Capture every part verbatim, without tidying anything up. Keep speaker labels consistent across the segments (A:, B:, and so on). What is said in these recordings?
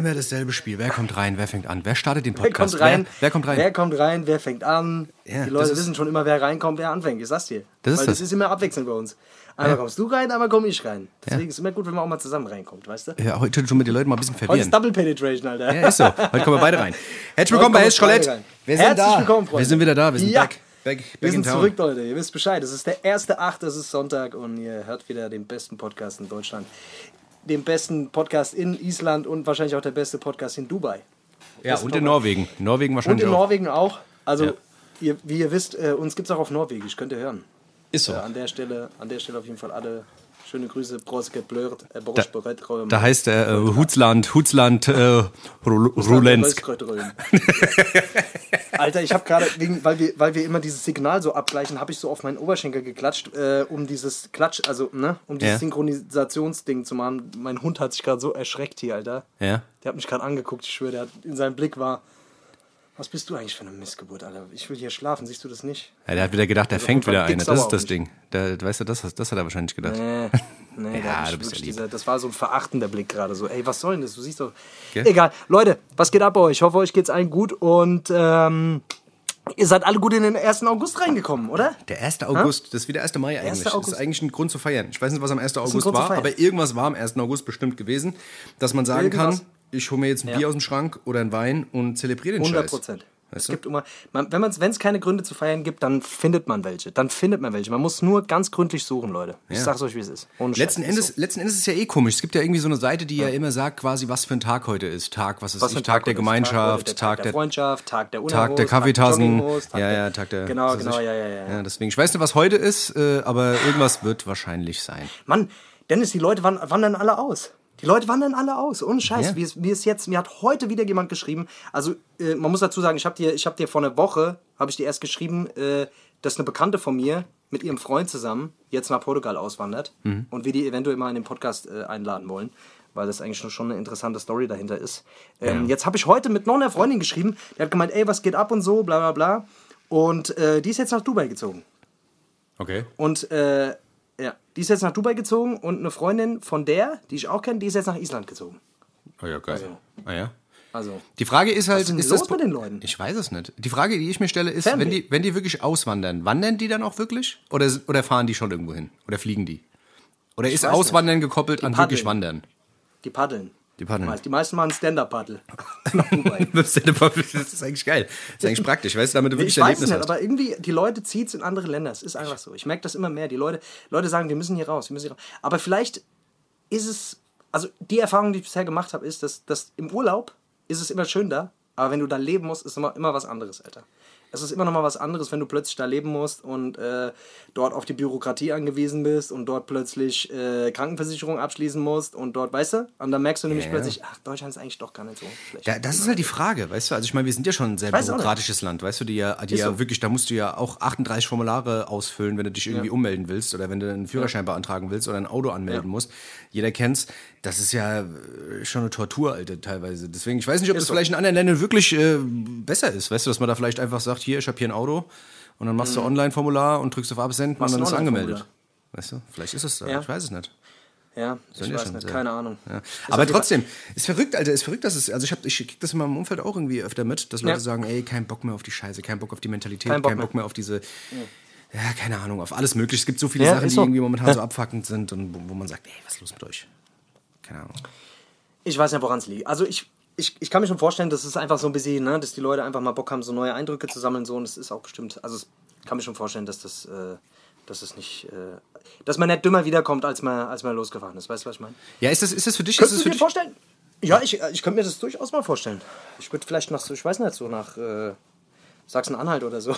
A: immer dasselbe Spiel. Wer kommt rein, wer fängt an? Wer startet den Podcast?
B: Wer kommt rein?
A: Wer, wer kommt rein?
B: Wer kommt rein, wer fängt an?
A: Ja,
B: die Leute
A: ist,
B: wissen schon immer, wer reinkommt, wer anfängt. Ich sag's dir.
A: Das ist
B: Weil
A: das.
B: das ist immer abwechselnd bei uns. Einmal
A: Ja.
B: kommst du rein, einmal komm ich rein. Deswegen
A: Ja.
B: ist es immer gut, wenn man auch mal zusammen reinkommt, weißt du?
A: Ja, heute schon mit den Leuten mal ein bisschen
B: Heute
A: verwirren.
B: ist Double Penetration, Alter.
A: Ja, ist so. Heute kommen wir beide rein. Herzlich willkommen bei
B: Heute
A: Hess
B: kommen wir beide
A: Roulette.
B: rein.
A: Wir sind
B: Herzlich
A: da.
B: willkommen, Freunde.
A: Wir sind wieder da. Wir sind
B: Ja.
A: back. Back, back
B: Wir
A: in
B: sind
A: town.
B: zurück, Leute. Ihr wisst Bescheid. Es ist der erste Achte, es ist Sonntag und ihr hört wieder den besten Podcast in Deutschland. Den besten Podcast in Island und wahrscheinlich auch der beste Podcast in Dubai.
A: Ja,
B: Das ist
A: und
B: top.
A: in Norwegen. Norwegen
B: Und
A: wahrscheinlich
B: in
A: auch.
B: Norwegen auch. Also,
A: Ja.
B: ihr, wie ihr wisst, äh, uns gibt es auch auf Norwegisch. Könnt ihr hören.
A: Ist so.
B: Äh, an, der Stelle, an der Stelle auf jeden Fall alle schöne Grüße. Broske blört. Äh, Brosch bereit,
A: Da heißt der äh, Hutzland, Hutzland, äh, Rulensk.
B: Alter, ich habe gerade, weil wir, weil wir immer dieses Signal so abgleichen, habe ich so auf meinen Oberschenkel geklatscht, äh, um dieses Klatsch, also, ne, um dieses
A: Ja.
B: Synchronisationsding zu machen. Mein Hund hat sich gerade so erschreckt hier, Alter.
A: Ja.
B: Der hat mich gerade angeguckt, ich schwöre, der hat, in seinem Blick war, was bist du eigentlich für eine Missgeburt, Alter? Ich will hier schlafen, siehst du das nicht?
A: Ja, der hat wieder gedacht, der
B: Also
A: fängt
B: auf jeden
A: wieder
B: Fall
A: eine.
B: dicksauer
A: Das ist
B: auf
A: das
B: mich.
A: Ding. Der, weißt du, das, das hat er wahrscheinlich gedacht.
B: Nee, nee,
A: Ja,
B: der hat
A: du
B: mich
A: bist ja
B: wirklich
A: lieb.
B: dieser, das war so ein verachtender Blick gerade. So, ey, was soll denn das? Du siehst doch.
A: Gell?
B: Egal. Leute, was geht ab bei euch? Ich hoffe, euch geht's allen gut und ähm, ihr seid alle gut in den ersten August reingekommen, oder?
A: Der erste August, das ist wie der erste Mai eigentlich.
B: erster
A: Das
B: August.
A: ist eigentlich ein Grund zu feiern. Ich weiß nicht, was am ersten
B: ein
A: August
B: Grund zu
A: war,
B: feiern.
A: aber irgendwas war am ersten August bestimmt gewesen, dass man sagen
B: Irgendwas.
A: kann, ich hole mir jetzt ein
B: Ja.
A: Bier aus dem Schrank oder einen Wein und zelebriere den
B: hundert
A: Scheiß.
B: Prozent. Es
A: Weißt du?
B: gibt immer, man, wenn es keine Gründe zu feiern gibt, dann findet man welche. Dann findet man welche. Man muss nur ganz gründlich suchen, Leute. Ich
A: Ja.
B: sag's euch, wie es ist. Ohne
A: Letzten
B: Scheiß.
A: Endes,
B: Ist so.
A: letzten Endes ist es ja eh komisch. Es gibt ja irgendwie so eine Seite, die ja, immer sagt, quasi, was für ein Tag heute ist. Tag, was ist
B: Was
A: ich,
B: für ein
A: Tag der
B: heute ist.
A: Gemeinschaft,
B: heute,
A: Tag der,
B: Freundschaft, Tag der
A: Tag
B: Unerhos,
A: der Kaffeetassen.
B: Jogginghose, Tag
A: Ja,
B: der-
A: ja, Tag der.
B: Genau,
A: was weiß
B: genau,
A: ich.
B: ja, ja, ja.
A: ja. Deswegen, ich weiß nicht, was heute ist, äh, aber irgendwas wird wahrscheinlich sein.
B: Mann, Dennis, die Leute wandern, wandern alle aus. Die Leute wandern alle aus. Ohne Scheiß.
A: Ja.
B: Wie, es, wie es jetzt, mir hat heute wieder jemand geschrieben. Also, äh, man muss dazu sagen, ich habe dir, ich hab dir vor einer Woche, habe ich dir erst geschrieben, äh, dass eine Bekannte von mir mit ihrem Freund zusammen jetzt nach Portugal auswandert.
A: Mhm.
B: Und wir die eventuell mal in den Podcast äh, einladen wollen. Weil das eigentlich schon, schon eine interessante Story dahinter ist. Ähm,
A: Ja.
B: Jetzt habe ich heute mit noch einer Freundin geschrieben. Die hat gemeint, ey, was geht ab und so, bla bla bla. Und äh, die ist jetzt nach Dubai gezogen.
A: Okay.
B: Und äh, ja, die ist jetzt nach Dubai gezogen und eine Freundin von der, die ich auch kenne, die ist jetzt nach Island gezogen.
A: Oh ja, geil.
B: Also.
A: Ah, ja.
B: Also,
A: Die Frage ist halt,
B: ist denn
A: ist
B: los
A: das
B: mit den Leuten?
A: Ich weiß es nicht. Die Frage, die ich mir stelle, ist,
B: Fernweh.
A: wenn die, wenn die wirklich auswandern, wandern die dann auch wirklich? Oder, oder fahren die schon irgendwo hin? Oder fliegen die? Oder ist
B: weiß
A: Auswandern gekoppelt an
B: paddeln.
A: wirklich Wandern?
B: die paddeln.
A: Die paddeln.
B: Die meisten machen Stand-Up-Paddle. nach Dubai.
A: Das ist eigentlich geil. Das ist eigentlich praktisch, weißt du, damit du wirklich
B: Ich weiß
A: Erlebnis
B: nicht,
A: hast.
B: aber irgendwie, die Leute zieht es in andere Länder. Es ist einfach so. Ich merke das immer mehr. Die Leute, Leute sagen, wir müssen hier raus, wir müssen hier raus. Aber vielleicht ist es, also die Erfahrung, die ich bisher gemacht habe, ist, dass, dass im Urlaub ist es immer schön da, aber wenn du da leben musst, ist immer, immer was anderes, Alter. Es ist immer noch mal was anderes, wenn du plötzlich da leben musst und äh, dort auf die Bürokratie angewiesen bist und dort plötzlich äh, Krankenversicherung abschließen musst und dort, weißt du? Und dann merkst du nämlich
A: Ja.
B: plötzlich, ach, Deutschland ist eigentlich doch gar nicht so schlecht.
A: Ja, das ist halt die Frage, weißt du? Also ich meine, wir sind ja schon ein sehr
B: weiß auch
A: bürokratisches Land, weißt du? Die ja, die
B: Ist
A: ja
B: so.
A: wirklich, da musst du ja auch achtunddreißig Formulare ausfüllen, wenn du dich irgendwie
B: Ja.
A: ummelden willst oder wenn du einen Führerschein beantragen willst oder ein Auto anmelden
B: Ja.
A: musst. Jeder kennt's. Das ist ja äh, schon eine Tortur, Alter, teilweise. Deswegen, ich weiß nicht, ob
B: Ist
A: das
B: so.
A: vielleicht in anderen Ländern wirklich äh, besser ist, weißt du? Dass man da vielleicht einfach sagt, hier, ich habe hier ein Auto und dann machst du Online-Formular und drückst auf Absenden
B: Mhm. Machst
A: und dann
B: ein
A: ist angemeldet.
B: Online-Formular.
A: Weißt du? Vielleicht ist es da.
B: Ja.
A: Ich weiß es nicht.
B: Ja,
A: Sollen
B: ich
A: ja
B: weiß
A: schon
B: nicht,
A: sehr-
B: keine Ahnung.
A: Ja.
B: Ist
A: Aber
B: auf jeden
A: trotzdem, ist verrückt, Alter, ist verrückt, dass es, also ich, hab, ich krieg das in meinem Umfeld auch irgendwie öfter mit, dass Leute
B: Ja.
A: sagen, ey, kein Bock mehr auf die Scheiße, kein Bock auf die Mentalität,
B: Kein
A: kein
B: Bock
A: Bock, mehr auf diese, ja, keine Ahnung, auf alles Mögliche. Es gibt so viele
B: Ja,
A: Sachen,
B: ist
A: die
B: so.
A: irgendwie momentan so abfuckend sind und wo, wo man sagt, ey, was ist los mit euch? Keine Ahnung.
B: Ich weiß nicht, woran es liegt. Also ich, ich, ich kann mir schon vorstellen, dass es einfach so ein bisschen, ne, dass die Leute einfach mal Bock haben, so neue Eindrücke zu sammeln. So, und es ist auch bestimmt, also ich kann mir schon vorstellen, dass das, äh, dass es nicht, äh, dass man nicht dümmer wiederkommt, als man, als man losgefahren ist. Weißt du, was ich meine?
A: Ja, ist das, ist das für dich? Ist
B: Könntest
A: das
B: du
A: für
B: dir
A: dich?
B: vorstellen? Ja, ich, ich könnte mir das durchaus mal vorstellen. Ich würde vielleicht nach, so, ich weiß nicht, so nach äh, Sachsen-Anhalt oder so.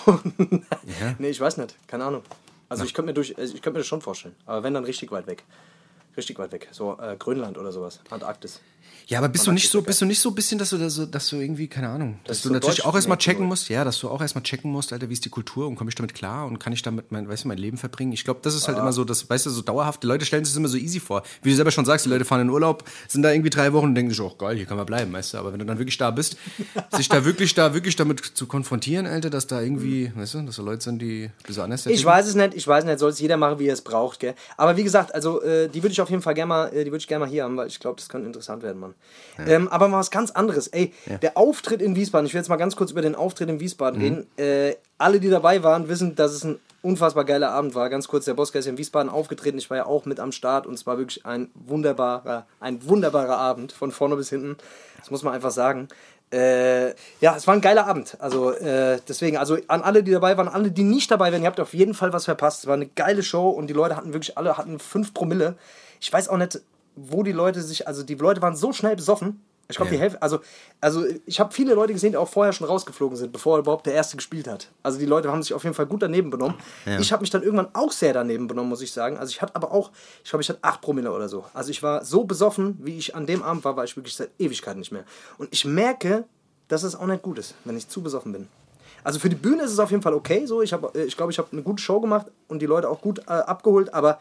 A: Ja.
B: Nee, ich weiß nicht, keine Ahnung. Also ich könnte mir, durch, ich könnte mir das schon vorstellen. Aber wenn, dann richtig weit weg. Richtig weit weg. So äh, Grönland oder sowas. Antarktis.
A: Ja, aber bist du
B: Man
A: nicht
B: sagt,
A: so,
B: das ist
A: bist du nicht so ein bisschen, dass du, da so, dass du irgendwie, keine Ahnung, dass
B: ist
A: du
B: so
A: natürlich
B: deutsch
A: auch erstmal
B: Menschen
A: checken
B: wohl.
A: musst, ja, dass du auch erstmal checken musst, Alter, wie ist die Kultur und komme ich damit klar und kann ich damit mein, weißt du, mein Leben verbringen? Ich glaube, das ist halt immer so, das, weißt du, so dauerhaft, die Leute stellen sich das immer so easy vor. Wie du selber schon sagst, die Leute fahren in Urlaub, sind da irgendwie drei Wochen und denken sich, oh geil, hier kann man bleiben, weißt du, aber wenn du dann wirklich da bist, sich da wirklich, da wirklich damit zu konfrontieren, Alter, dass da irgendwie, weißt du, dass so Leute sind, die ein bisschen anders
B: Ich weiß es nicht, ich weiß nicht, soll es jeder machen, wie er es braucht, gell? Aber wie gesagt, also äh, die würde ich auf jeden Fall gerne mal, äh, die würde ich gerne mal hier haben, weil ich glaube, das könnte interessant werden. sein, Mann. Ja. Ähm, aber mal was ganz anderes. Ey, ja. der Auftritt in Wiesbaden, ich will jetzt mal ganz kurz über den Auftritt in Wiesbaden mhm. reden. Äh, alle, die dabei waren, wissen, dass es ein unfassbar geiler Abend war. Ganz kurz, der Bosca ist ja in Wiesbaden aufgetreten. Ich war ja auch mit am Start und es war wirklich ein wunderbarer, ein wunderbarer Abend, von vorne bis hinten. Das muss man einfach sagen. Äh, ja, es war ein geiler Abend. Also äh, deswegen, also an alle, die dabei waren, alle, die nicht dabei waren, ihr habt auf jeden Fall was verpasst. Es war eine geile Show und die Leute hatten wirklich, alle hatten fünf Promille. Ich weiß auch nicht, wo die Leute sich, also die Leute waren so schnell besoffen. Ich glaube, ja. die Hälfte, also, also ich habe viele Leute gesehen, die auch vorher schon rausgeflogen sind, bevor überhaupt der Erste gespielt hat. Also die Leute haben sich auf jeden Fall gut daneben benommen. Ja. Ich habe mich dann irgendwann auch sehr daneben benommen, muss ich sagen. Also ich hatte aber auch, ich glaube, ich hatte acht Promille oder so. Also ich war so besoffen, wie ich an dem Abend war, war ich wirklich seit Ewigkeiten nicht mehr. Und ich merke, dass es auch nicht gut ist, wenn ich zu besoffen bin. Also für die Bühne ist es auf jeden Fall okay, so. Ich glaube, ich, glaub, ich habe eine gute Show gemacht und die Leute auch gut äh, abgeholt, aber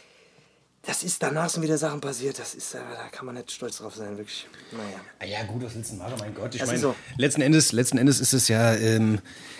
B: das ist danach sind wieder Sachen passiert, das ist, äh, da kann man nicht stolz drauf sein, wirklich. Naja.
A: Ah ja, gut, was willst du machen, mein Gott. Ich meine,
B: so.
A: letzten Endes, letzten Endes ist es ja, ähm,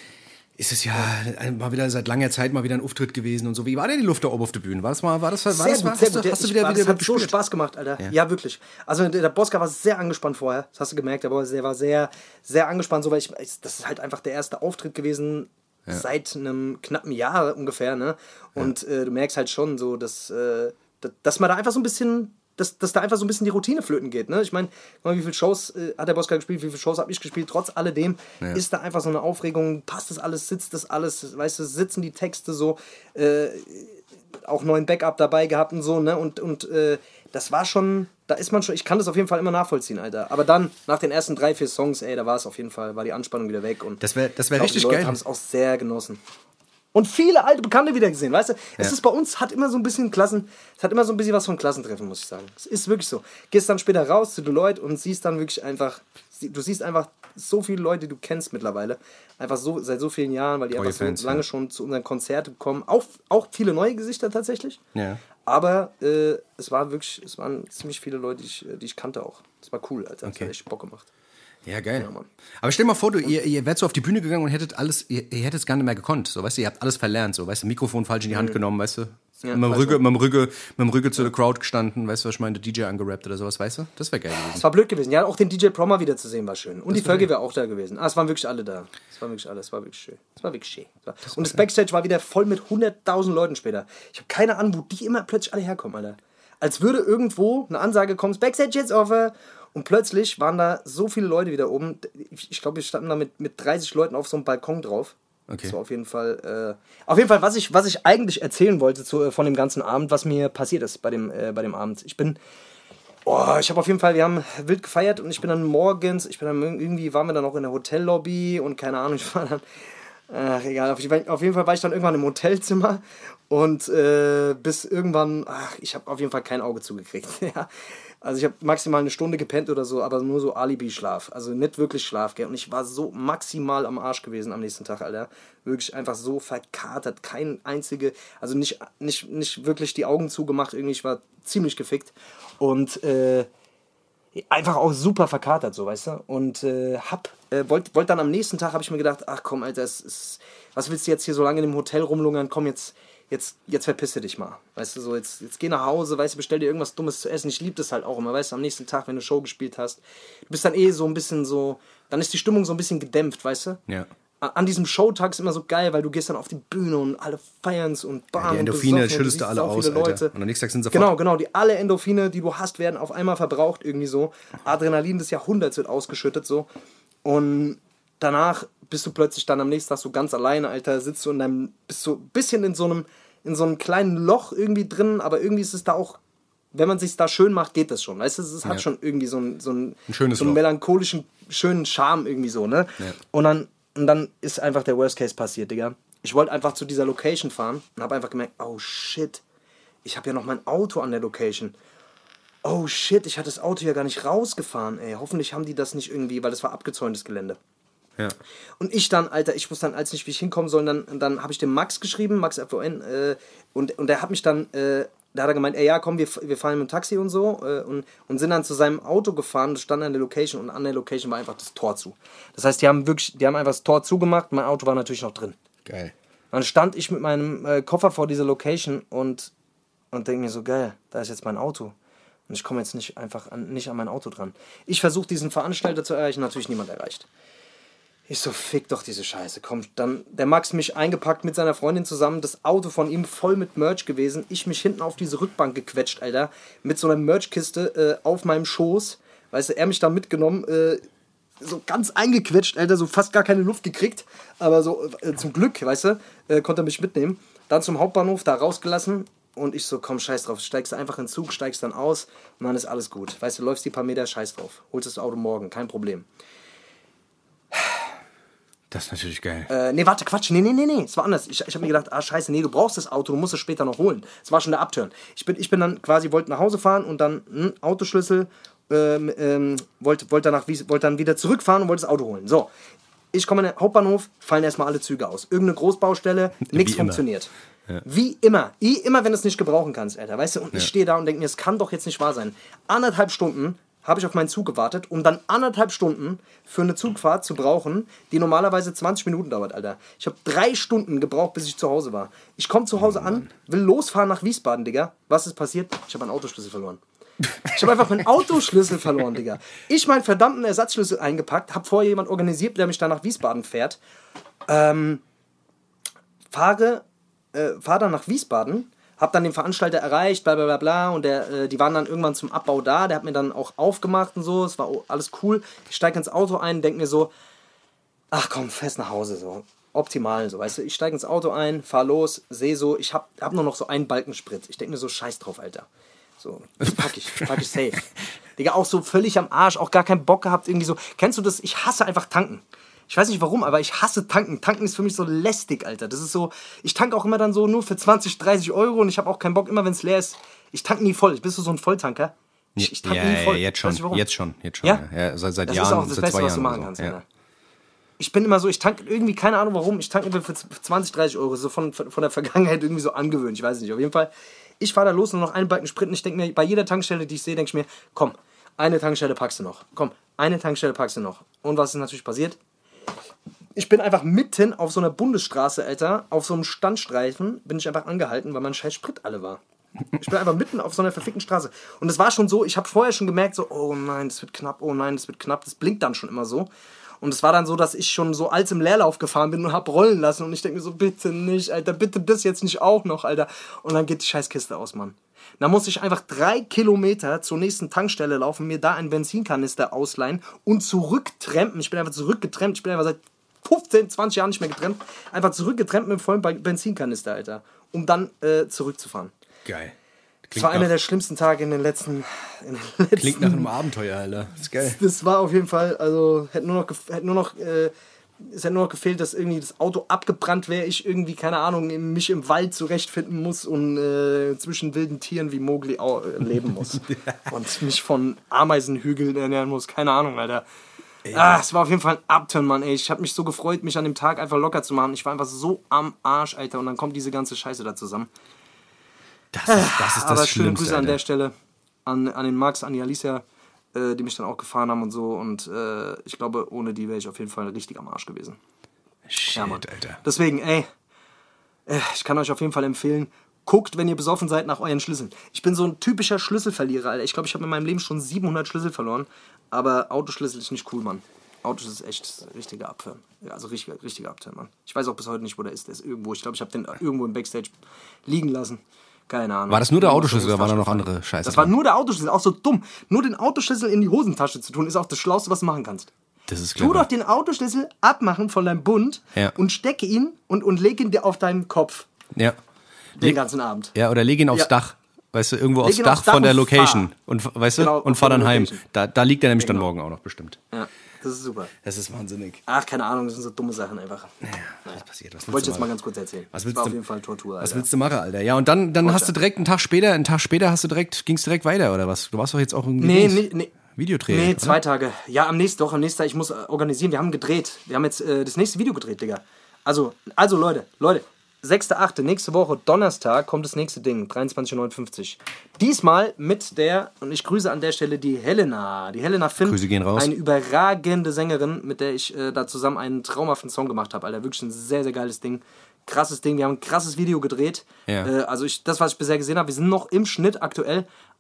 A: ist es ja mal wieder seit langer Zeit mal wieder ein Auftritt gewesen und so. Wie war denn die Luft da oben auf der Bühne? War das mal, war das, war
B: sehr
A: das,
B: gut,
A: war,
B: sehr
A: hast,
B: gut.
A: du, hast du
B: ich
A: wieder,
B: war,
A: wieder
B: das hat
A: gespürt?
B: so Spaß gemacht, Alter. Ja. ja, wirklich. Also der Bosca war sehr angespannt vorher, das hast du gemerkt, aber der war sehr, sehr angespannt, so, weil ich, das ist halt einfach der erste Auftritt gewesen, ja. seit einem knappen Jahr ungefähr, ne? Und ja. äh, du merkst halt schon so, dass, äh, dass man da einfach so ein bisschen, dass, dass da einfach so ein bisschen die Routine flöten geht, ne? Ich meine, wie viele Shows äh, hat der Bosca gespielt, wie viele Shows habe ich gespielt, trotz alledem ja. ist da einfach so eine Aufregung, passt das alles, sitzt das alles, weißt du, sitzen die Texte so, äh, auch neuen Backup dabei gehabt und so, ne? Und, und äh, das war schon, da ist man schon, ich kann das auf jeden Fall immer nachvollziehen, Alter. Aber dann, nach den ersten drei, vier Songs, ey, da war es auf jeden Fall, war die Anspannung wieder weg. Und
A: das wäre das wär richtig
B: die Leute
A: geil.
B: haben es auch sehr genossen. Und viele alte Bekannte wieder gesehen, weißt du? Es ja. ist bei uns, hat immer so ein bisschen Klassen, es hat immer so ein bisschen was von Klassentreffen, muss ich sagen. Es ist wirklich so. Gehst dann später raus zu Deloitte und siehst dann wirklich einfach, du siehst einfach so viele Leute, die du kennst mittlerweile, einfach so seit so vielen Jahren, weil die einfach Fans, so lange ja. schon zu unseren Konzerten kommen. Auch, auch viele neue Gesichter tatsächlich.
A: Ja.
B: Aber äh, es war wirklich, es waren ziemlich viele Leute, die ich, die ich kannte auch. Das war cool, Alter. Das
A: okay.
B: hat echt Bock gemacht.
A: Ja, geil. Ja, aber stell dir mal vor, du, ihr, ihr wärt so auf die Bühne gegangen und hättet alles, ihr, ihr hättet es gar nicht mehr gekonnt. So, weißt du, ihr habt alles verlernt, so, weißt du, Mikrofon falsch in die Hand mhm. genommen, weißt du? Ja, mit, dem Rüge, mit, dem Rüge, mit dem Rüge zu der Crowd gestanden, weißt du, was ich meine, der D J angerappt oder sowas, weißt du? Das wäre geil gewesen.
B: Das war blöd gewesen. Ja, auch den D J Prommer wieder zu sehen war schön. Und das die Völker wäre auch da gewesen. Ah, es waren wirklich alle da. Es war wirklich alles, es war wirklich schön. Es war wirklich schön. Das war das und das Backstage war wieder voll mit hunderttausend Leuten später. Ich habe keine Ahnung, wo die immer plötzlich alle herkommen, Alter. Als würde irgendwo eine Ansage kommen, Backstage jetzt over. Und plötzlich waren da so viele Leute wieder oben. Ich, ich glaube, wir standen da mit, mit dreißig Leuten auf so einem Balkon drauf. Okay. Das war auf jeden Fall, äh, auf jeden Fall, was ich, was ich eigentlich erzählen wollte zu, äh, von dem ganzen Abend, was mir passiert ist bei dem, äh, bei dem Abend. Ich bin, oh, ich habe auf jeden Fall, wir haben wild gefeiert und ich bin dann morgens, ich bin dann irgendwie, waren wir dann auch in der Hotellobby und keine Ahnung, ich war dann, ach egal, auf jeden Fall war ich dann irgendwann im Hotelzimmer und äh, bis irgendwann, ach, ich habe auf jeden Fall kein Auge zugekriegt, ja. Also ich habe maximal eine Stunde gepennt oder so, aber nur so Alibi-Schlaf. Also nicht wirklich Schlaf, gell. Und ich war so maximal am Arsch gewesen am nächsten Tag, Alter. Wirklich einfach so verkatert. Kein einzige, also nicht, nicht, nicht wirklich die Augen zugemacht. Irgendwie, ich war ziemlich gefickt. Und äh, einfach auch super verkatert, so, weißt du. Und äh, hab, äh, wollte wollt dann am nächsten Tag, habe ich mir gedacht, ach komm, Alter, es ist, was willst du jetzt hier so lange in dem Hotel rumlungern? Komm, jetzt... Jetzt, jetzt verpisse dich mal, weißt du, so, jetzt, jetzt geh nach Hause, weißt du, bestell dir irgendwas Dummes zu essen, ich liebe das halt auch immer, weißt du, am nächsten Tag, wenn du Show gespielt hast, du bist dann eh so ein bisschen so, dann ist die Stimmung so ein bisschen gedämpft, weißt du?
A: Ja.
B: An diesem Showtag ist immer so geil, weil du gehst dann auf die Bühne und alle feiern's und bam,
A: ja, die Endorphine schüttest du alle aus, Alter. Und am nächsten Tag sind sofort...
B: Genau, genau, die alle Endorphine, die du hast, werden auf einmal verbraucht, irgendwie so. Adrenalin des Jahrhunderts wird ausgeschüttet, so. Und danach bist du plötzlich dann am nächsten Tag so ganz alleine, Alter, sitzt du in deinem, bist so ein bisschen in so einem, in so einem kleinen Loch irgendwie drin, aber irgendwie ist es da auch, wenn man sich da schön macht, geht das schon, weißt du, es hat ja. schon irgendwie so einen, so einen,
A: ein schönes
B: so einen melancholischen, schönen Charme irgendwie so, ne?
A: Ja.
B: Und dann, und dann ist einfach der Worst Case passiert, Digga. Ich wollte einfach zu dieser Location fahren und habe einfach gemerkt, oh shit, ich habe ja noch mein Auto an der Location. Oh shit, ich hatte das Auto ja gar nicht rausgefahren, ey. Hoffentlich haben die das nicht irgendwie, weil das war abgezäuntes Gelände.
A: Ja.
B: Und ich dann, Alter, ich wusste dann als nicht, wie ich hinkommen soll. Dann, dann habe ich dem Max geschrieben, Max F O N, äh, und, und der hat mich dann, äh, da hat er gemeint, ey, ja, komm, wir, wir fahren mit dem Taxi und so, äh, und, und sind dann zu seinem Auto gefahren, das stand an der Location und an der Location war einfach das Tor zu. Das heißt, die haben wirklich, die haben einfach das Tor zugemacht, mein Auto war natürlich noch drin.
A: Geil.
B: Dann stand ich mit meinem äh, Koffer vor dieser Location und, und denke mir so, geil, da ist jetzt mein Auto. Und ich komme jetzt nicht einfach an, nicht an mein Auto dran. Ich versuche diesen Veranstalter zu erreichen, natürlich niemand erreicht. Ich so, fick doch diese Scheiße. Komm, dann der Max mich eingepackt mit seiner Freundin zusammen, das Auto von ihm voll mit Merch gewesen. Ich mich hinten auf diese Rückbank gequetscht, Alter, mit so einer Merchkiste äh, auf meinem Schoß. Weißt du, er mich da mitgenommen, äh, so ganz eingequetscht, Alter, so fast gar keine Luft gekriegt. Aber so äh, zum Glück, weißt du, äh, konnte er mich mitnehmen. Dann zum Hauptbahnhof, da rausgelassen. Und ich so, komm, scheiß drauf, steigst einfach in den Zug, steigst dann aus und dann ist alles gut. Weißt du, läufst die paar Meter, scheiß drauf. Holst das Auto morgen, kein Problem.
A: Das ist natürlich geil.
B: Äh, nee, warte, Quatsch, nee, nee, nee, nee, es war anders. Ich, ich habe mir gedacht, ah, scheiße, nee, du brauchst das Auto, du musst es später noch holen. Es war schon der Upturn. Ich bin, ich bin dann quasi, wollte nach Hause fahren und dann hm, Autoschlüssel, ähm, ähm, wollte wollt danach, wollt dann wieder zurückfahren und wollte das Auto holen. So, ich komme in den Hauptbahnhof, fallen erstmal alle Züge aus. Irgendeine Großbaustelle, nichts funktioniert. Ja. Wie immer. Wie immer, wenn du es nicht gebrauchen kannst, Alter. Weißt du, und ja. ich stehe da und denke mir, es kann doch jetzt nicht wahr sein. Anderthalb Stunden habe ich auf meinen Zug gewartet, um dann anderthalb Stunden für eine Zugfahrt zu brauchen, die normalerweise zwanzig Minuten dauert, Alter. Ich habe drei Stunden gebraucht, bis ich zu Hause war. Ich komme zu Hause oh, an, will losfahren nach Wiesbaden, Digga. Was ist passiert? Ich habe einen Autoschlüssel verloren. Ich habe einfach meinen Autoschlüssel verloren, Digga. Ich meinen verdammten Ersatzschlüssel eingepackt, habe vorher jemand organisiert, der mich dann nach Wiesbaden fährt. Ähm, fahre... Äh, fahre dann nach Wiesbaden, hab dann den Veranstalter erreicht, bla bla bla bla, und der, äh, die waren dann irgendwann zum Abbau da, der hat mir dann auch aufgemacht und so, es war alles cool. Ich steige ins Auto ein, denke mir so, ach komm, fest nach Hause, so, optimal, so, weißt du, ich steige ins Auto ein, fahr los, sehe so, ich hab, hab nur noch so einen Balken Sprit, ich denke mir so, scheiß drauf, Alter, so, pack ich, pack ich safe. Digga, auch so völlig am Arsch, auch gar keinen Bock gehabt, irgendwie so, kennst du das, ich hasse einfach tanken. Ich weiß nicht warum, aber ich hasse tanken. Tanken ist für mich so lästig, Alter. Das ist so, ich tanke auch immer dann so nur für zwanzig, dreißig Euro und ich habe auch keinen Bock, immer wenn es leer ist. Ich tanke nie voll. Bist du so ein Volltanker? Ich, ich tanke
A: ja,
B: nie voll.
A: Ja, jetzt schon, jetzt schon, jetzt schon.
B: Ja?
A: Ja? Ja, seit, seit
B: das
A: Jahren,
B: ist auch das
A: seit
B: Beste,
A: zwei
B: was du
A: Jahren
B: machen
A: so.
B: kannst,
A: Ja.
B: Alter. Ich bin immer so, ich tanke irgendwie, keine Ahnung warum, ich tanke immer für zwanzig, dreißig Euro. So von, von der Vergangenheit irgendwie so angewöhnt. Ich weiß nicht. Auf jeden Fall, ich fahre da los und noch einen Balken Sprit und ich denke mir, bei jeder Tankstelle, die ich sehe, denke ich mir, komm, eine Tankstelle packst du noch. Komm, eine Tankstelle packst du noch. Und was ist natürlich passiert? Ich bin einfach mitten auf so einer Bundesstraße, Alter, auf so einem Standstreifen, bin ich einfach angehalten, weil mein scheiß Sprit alle war. Ich bin einfach mitten auf so einer verfickten Straße. Und es war schon so, ich habe vorher schon gemerkt, so, oh nein, das wird knapp, oh nein, das wird knapp. Das blinkt dann schon immer so. Und es war dann so, dass ich schon so als im Leerlauf gefahren bin und hab rollen lassen. Und ich denke mir so, bitte nicht, Alter, bitte das jetzt nicht auch noch, Alter. Und dann geht die Scheißkiste aus, Mann. Da musste ich einfach drei Kilometer zur nächsten Tankstelle laufen, mir da einen Benzinkanister ausleihen und zurücktrampen. Ich bin einfach zurückgetrampt. Ich bin einfach seit fünfzehn, zwanzig Jahren nicht mehr getrennt. Einfach zurückgetrennt mit einem vollen Benzinkanister, Alter. Um dann äh, zurückzufahren.
A: Geil.
B: Das war einer der schlimmsten Tage in den letzten... In den letzten
A: klingt nach einem Abenteuer, Alter. Das ist geil.
B: Das war auf jeden Fall, also hätte nur noch, hätte nur noch äh, es hätte nur noch gefehlt, dass irgendwie das Auto abgebrannt wäre, ich irgendwie, keine Ahnung, mich im Wald zurechtfinden muss und äh, zwischen wilden Tieren wie Mowgli au- leben muss. Und mich von Ameisenhügeln ernähren muss, keine Ahnung, Alter. Ah, es war auf jeden Fall ein Upturn, Mann, ey. Ich habe mich so gefreut, mich an dem Tag einfach locker zu machen. Ich war einfach so am Arsch, Alter. Und dann kommt diese ganze Scheiße da zusammen.
A: Das ist das, das, ist
B: Aber
A: das
B: schöne Grüße
A: Alter.
B: an der Stelle an, an den Max, an die Alicia, äh, die mich dann auch gefahren haben und so. Und äh, ich glaube, ohne die wäre ich auf jeden Fall richtig am Arsch gewesen.
A: Shit,
B: ja, Mann.
A: Alter.
B: Deswegen, ey, äh, ich kann euch auf jeden Fall empfehlen, guckt, wenn ihr besoffen seid, nach euren Schlüsseln. Ich bin so ein typischer Schlüsselverlierer, Alter. Ich glaube, ich habe in meinem Leben schon siebenhundert Schlüssel verloren. Aber Autoschlüssel ist nicht cool, Mann. Autoschlüssel ist echt richtiger Abturn. Ja, also richtiger, richtiger Abturn, Mann. Ich weiß auch bis heute nicht, wo der ist. Der ist irgendwo. Ich glaube, ich habe den irgendwo im Backstage liegen lassen. Keine Ahnung.
A: War das nur der Autoschlüssel oder waren da noch andere Scheiße?
B: Das war nur der Autoschlüssel. Auch so dumm. Nur den Autoschlüssel in die Hosentasche zu tun, ist auch das Schlauste, was du machen kannst.
A: Das ist clever.
B: Tu doch den Autoschlüssel abmachen von deinem Bund
A: ja.
B: und stecke ihn und, und leg ihn dir auf deinen Kopf.
A: Ja.
B: Den ganzen Abend.
A: Ja, oder leg ihn aufs ja. Dach. Weißt du, irgendwo aufs Dach, aufs Dach von der Location. Fahr. Und, weißt du, genau, und fahr dann heim. Da, da liegt er nämlich genau. dann morgen auch noch bestimmt.
B: Ja, das ist super.
A: Das ist wahnsinnig.
B: Ach, keine Ahnung, das sind so dumme Sachen einfach.
A: Ja, was passiert? Was
B: wollte ich jetzt mal ganz kurz erzählen.
A: Was willst
B: das war
A: du,
B: auf jeden Fall Tortur, Alter.
A: Was willst du machen, Alter? Ja, und dann, dann hast du direkt einen Tag später, einen Tag später hast du direkt, ging's direkt weiter, oder was? Du warst doch jetzt auch irgendwie
B: nee, nee, nee.
A: Videodreh.
B: Nee, zwei oder? Tage. Ja, am nächsten, doch, am nächsten Tag, ich muss organisieren. Wir haben gedreht. Wir haben jetzt äh, das nächste Video gedreht, Digga. Also, also Leute, Leute, sechster achte nächste Woche, Donnerstag, kommt das nächste Ding, dreiundzwanzig Uhr neunundfünfzig. Diesmal mit der, und ich grüße an der Stelle die Helena. Die Helena Finn,
A: Grüße gehen raus.
B: Eine überragende Sängerin, mit der ich äh, da zusammen einen traumhaften Song gemacht habe, Alter. Wirklich ein sehr, sehr geiles Ding. Krasses Ding. Wir haben ein krasses Video gedreht.
A: Ja.
B: Äh, also ich, das, was ich bisher gesehen habe, wir sind noch im Schnitt aktuell,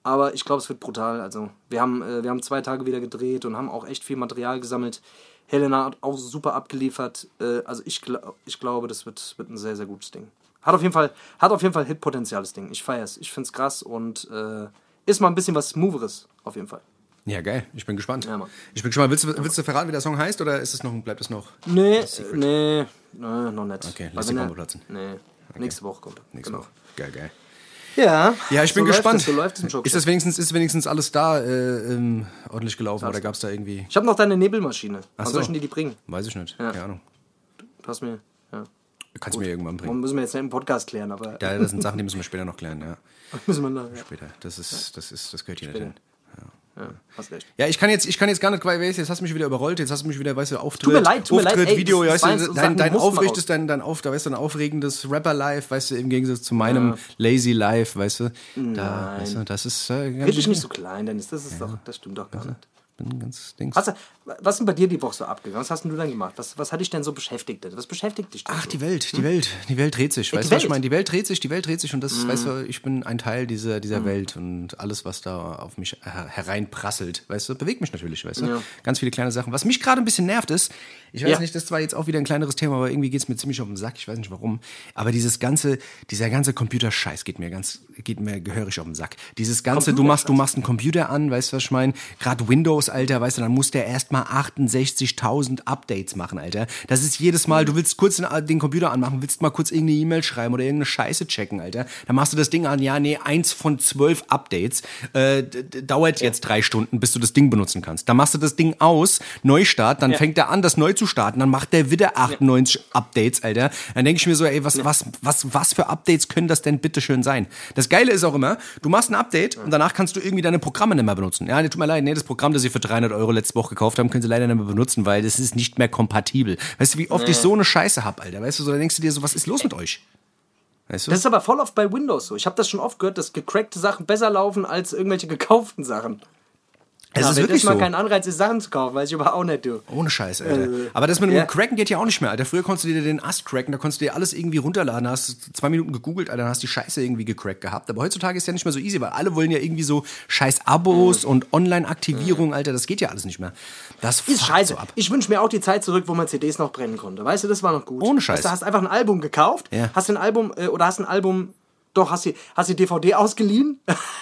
B: Aber ich glaube, es wird brutal. Also, wir haben, äh, wir haben zwei Tage wieder gedreht und haben auch echt viel Material gesammelt. Helena hat auch super abgeliefert. Äh, also, ich, gl- ich glaube, das wird, wird ein sehr, sehr gutes Ding. Hat auf jeden Fall, hat auf jeden Fall Hitpotenzial, das Ding. Ich feiere es. Ich finde es krass und äh, ist mal ein bisschen was Smootheres, auf jeden Fall.
A: Ja, geil. Ich bin gespannt.
B: Ja, Mann.
A: Ich bin gespannt. Willst du, willst du verraten, wie der Song heißt, oder ist es noch, bleibt es noch?
B: Nee, nee, nee, noch nicht.
A: Okay,
B: Weil
A: lass die
B: wenn er-
A: Bombe platzen.
B: Nee, nächste Woche kommt er.
A: Nächste
B: Genau.
A: Woche. Geil, geil.
B: Ja,
A: Ja, ich bin
B: so
A: gespannt.
B: Läuft es, so läuft es im Joke.
A: Ist das wenigstens, ist wenigstens alles da äh, ähm, ordentlich gelaufen, oder gab es da irgendwie...
B: Ich habe noch deine Nebelmaschine. Wann
A: so.
B: soll ich denn die, die bringen?
A: Weiß ich nicht,
B: Ja.
A: keine Ahnung.
B: Du hast mir, ja.
A: Kannst du mir irgendwann bringen.
B: Müssen wir jetzt nicht im Podcast klären, aber
A: Ja, das sind Sachen, die müssen wir später noch klären, ja.
B: müssen wir noch, ja.
A: Später. Das ist, das ist, das gehört hier nicht hin.
B: Ja, hast recht.
A: Ja, ich kann jetzt, ich kann jetzt gar nicht, weil weißt du, jetzt hast du mich wieder überrollt, jetzt hast du mich wieder, weißt du, Auftritt,
B: Tut mir leid, tut mir leid,
A: Auftritt,
B: ey,
A: Video,
B: das- das
A: weißt
B: war
A: du,
B: jetzt
A: dein,
B: Sachen,
A: dein
B: die mussten
A: Aufricht
B: raus.
A: ist dein, dein Auf, da weißt du, ein aufregendes Rapper-Life, weißt du, im Gegensatz zu meinem
B: Ja.
A: Lazy Life, weißt du, da,
B: Nein.
A: weißt du, das ist, äh, ganz
B: Red dich nicht so klein, Dennis. Das ist doch, das stimmt doch gar nicht.
A: bin ganz Dings.
B: Hast du, was ist denn bei dir die Woche so abgegangen? Was hast denn du dann gemacht? Was, was hat dich denn so beschäftigt? Was beschäftigt dich denn
A: Ach,
B: so?
A: die Welt, die Welt, die Welt dreht sich, weißt du, was
B: Welt?
A: ich meine? Die Welt dreht sich, die Welt dreht sich und das, weißt du, ich bin ein Teil dieser, dieser Welt und alles, was da auf mich her- hereinprasselt, weißt du, bewegt mich natürlich, weißt du.
B: Ja.
A: Ganz viele kleine Sachen. Was mich gerade ein bisschen nervt ist, ich weiß
B: Ja.
A: nicht, das ist zwar jetzt auch wieder ein kleineres Thema, aber irgendwie geht es mir ziemlich auf den Sack, ich weiß nicht warum, aber dieses ganze, dieser ganze Computerscheiß geht mir ganz, geht mir gehörig auf den Sack. Dieses ganze, du machst, du machst einen Computer an, weißt du, was ich meine? Gerade Windows, Alter, weißt du, dann muss der erstmal achtundsechzigtausend Updates machen, Alter. Das ist jedes Mal, du willst kurz den, den Computer anmachen, willst mal kurz irgendeine E-Mail schreiben oder irgendeine Scheiße checken, Alter. Dann machst du das Ding an, ja, nee, eins von zwölf Updates, äh, d- d- dauert jetzt drei Stunden, bis du das Ding benutzen kannst. Dann machst du das Ding aus, Neustart, dann
B: Ja.
A: fängt er an, das neu zu starten, dann macht der wieder achtundneunzig Updates, Alter. Dann denke ich mir so, ey, was, was, was, was für Updates können das denn bitte schön sein? Das Geile ist auch immer, du machst ein Update und danach kannst du irgendwie deine Programme nicht mehr benutzen. Ja, nee, tut mir leid, nee, das Programm, das ihr für dreihundert Euro letzte Woche gekauft haben, können sie leider nicht mehr benutzen, weil das ist nicht mehr kompatibel. Weißt du, wie oft ich so eine Scheiße hab, Alter? Weißt du, so, da denkst du dir so, was ist los mit euch? Weißt du?
B: Das ist aber voll oft bei Windows so. Ich habe das schon oft gehört, dass gecrackte Sachen besser laufen als irgendwelche gekauften Sachen.
A: Es
B: Ja,
A: ist
B: wenn
A: wirklich
B: das mal
A: so.
B: kein Anreiz ist, Sachen zu kaufen, weiß ich aber auch nicht, du.
A: Ohne Scheiß, Alter.
B: Äh,
A: Aber das mit dem
B: ja.
A: Cracken geht ja auch nicht mehr, Alter. Früher konntest du dir den Ast cracken, da konntest du dir alles irgendwie runterladen, hast du zwei Minuten gegoogelt, Alter, dann hast du die Scheiße irgendwie gecrackt gehabt. Aber heutzutage ist ja nicht mehr so easy, weil alle wollen ja irgendwie so scheiß Abos
B: Mhm.
A: und Online-Aktivierung, Alter, das geht ja alles nicht mehr. Das
B: Ist
A: fuckt
B: scheiße.
A: so ab.
B: Ich wünsche mir auch die Zeit zurück, wo man C Ds noch brennen konnte. Weißt du, das war noch gut.
A: Ohne Scheiß.
B: Weißt du, hast einfach ein Album gekauft,
A: Ja.
B: hast ein Album, äh, oder hast ein Album, doch, hast die, hast die D V D ausgeliehen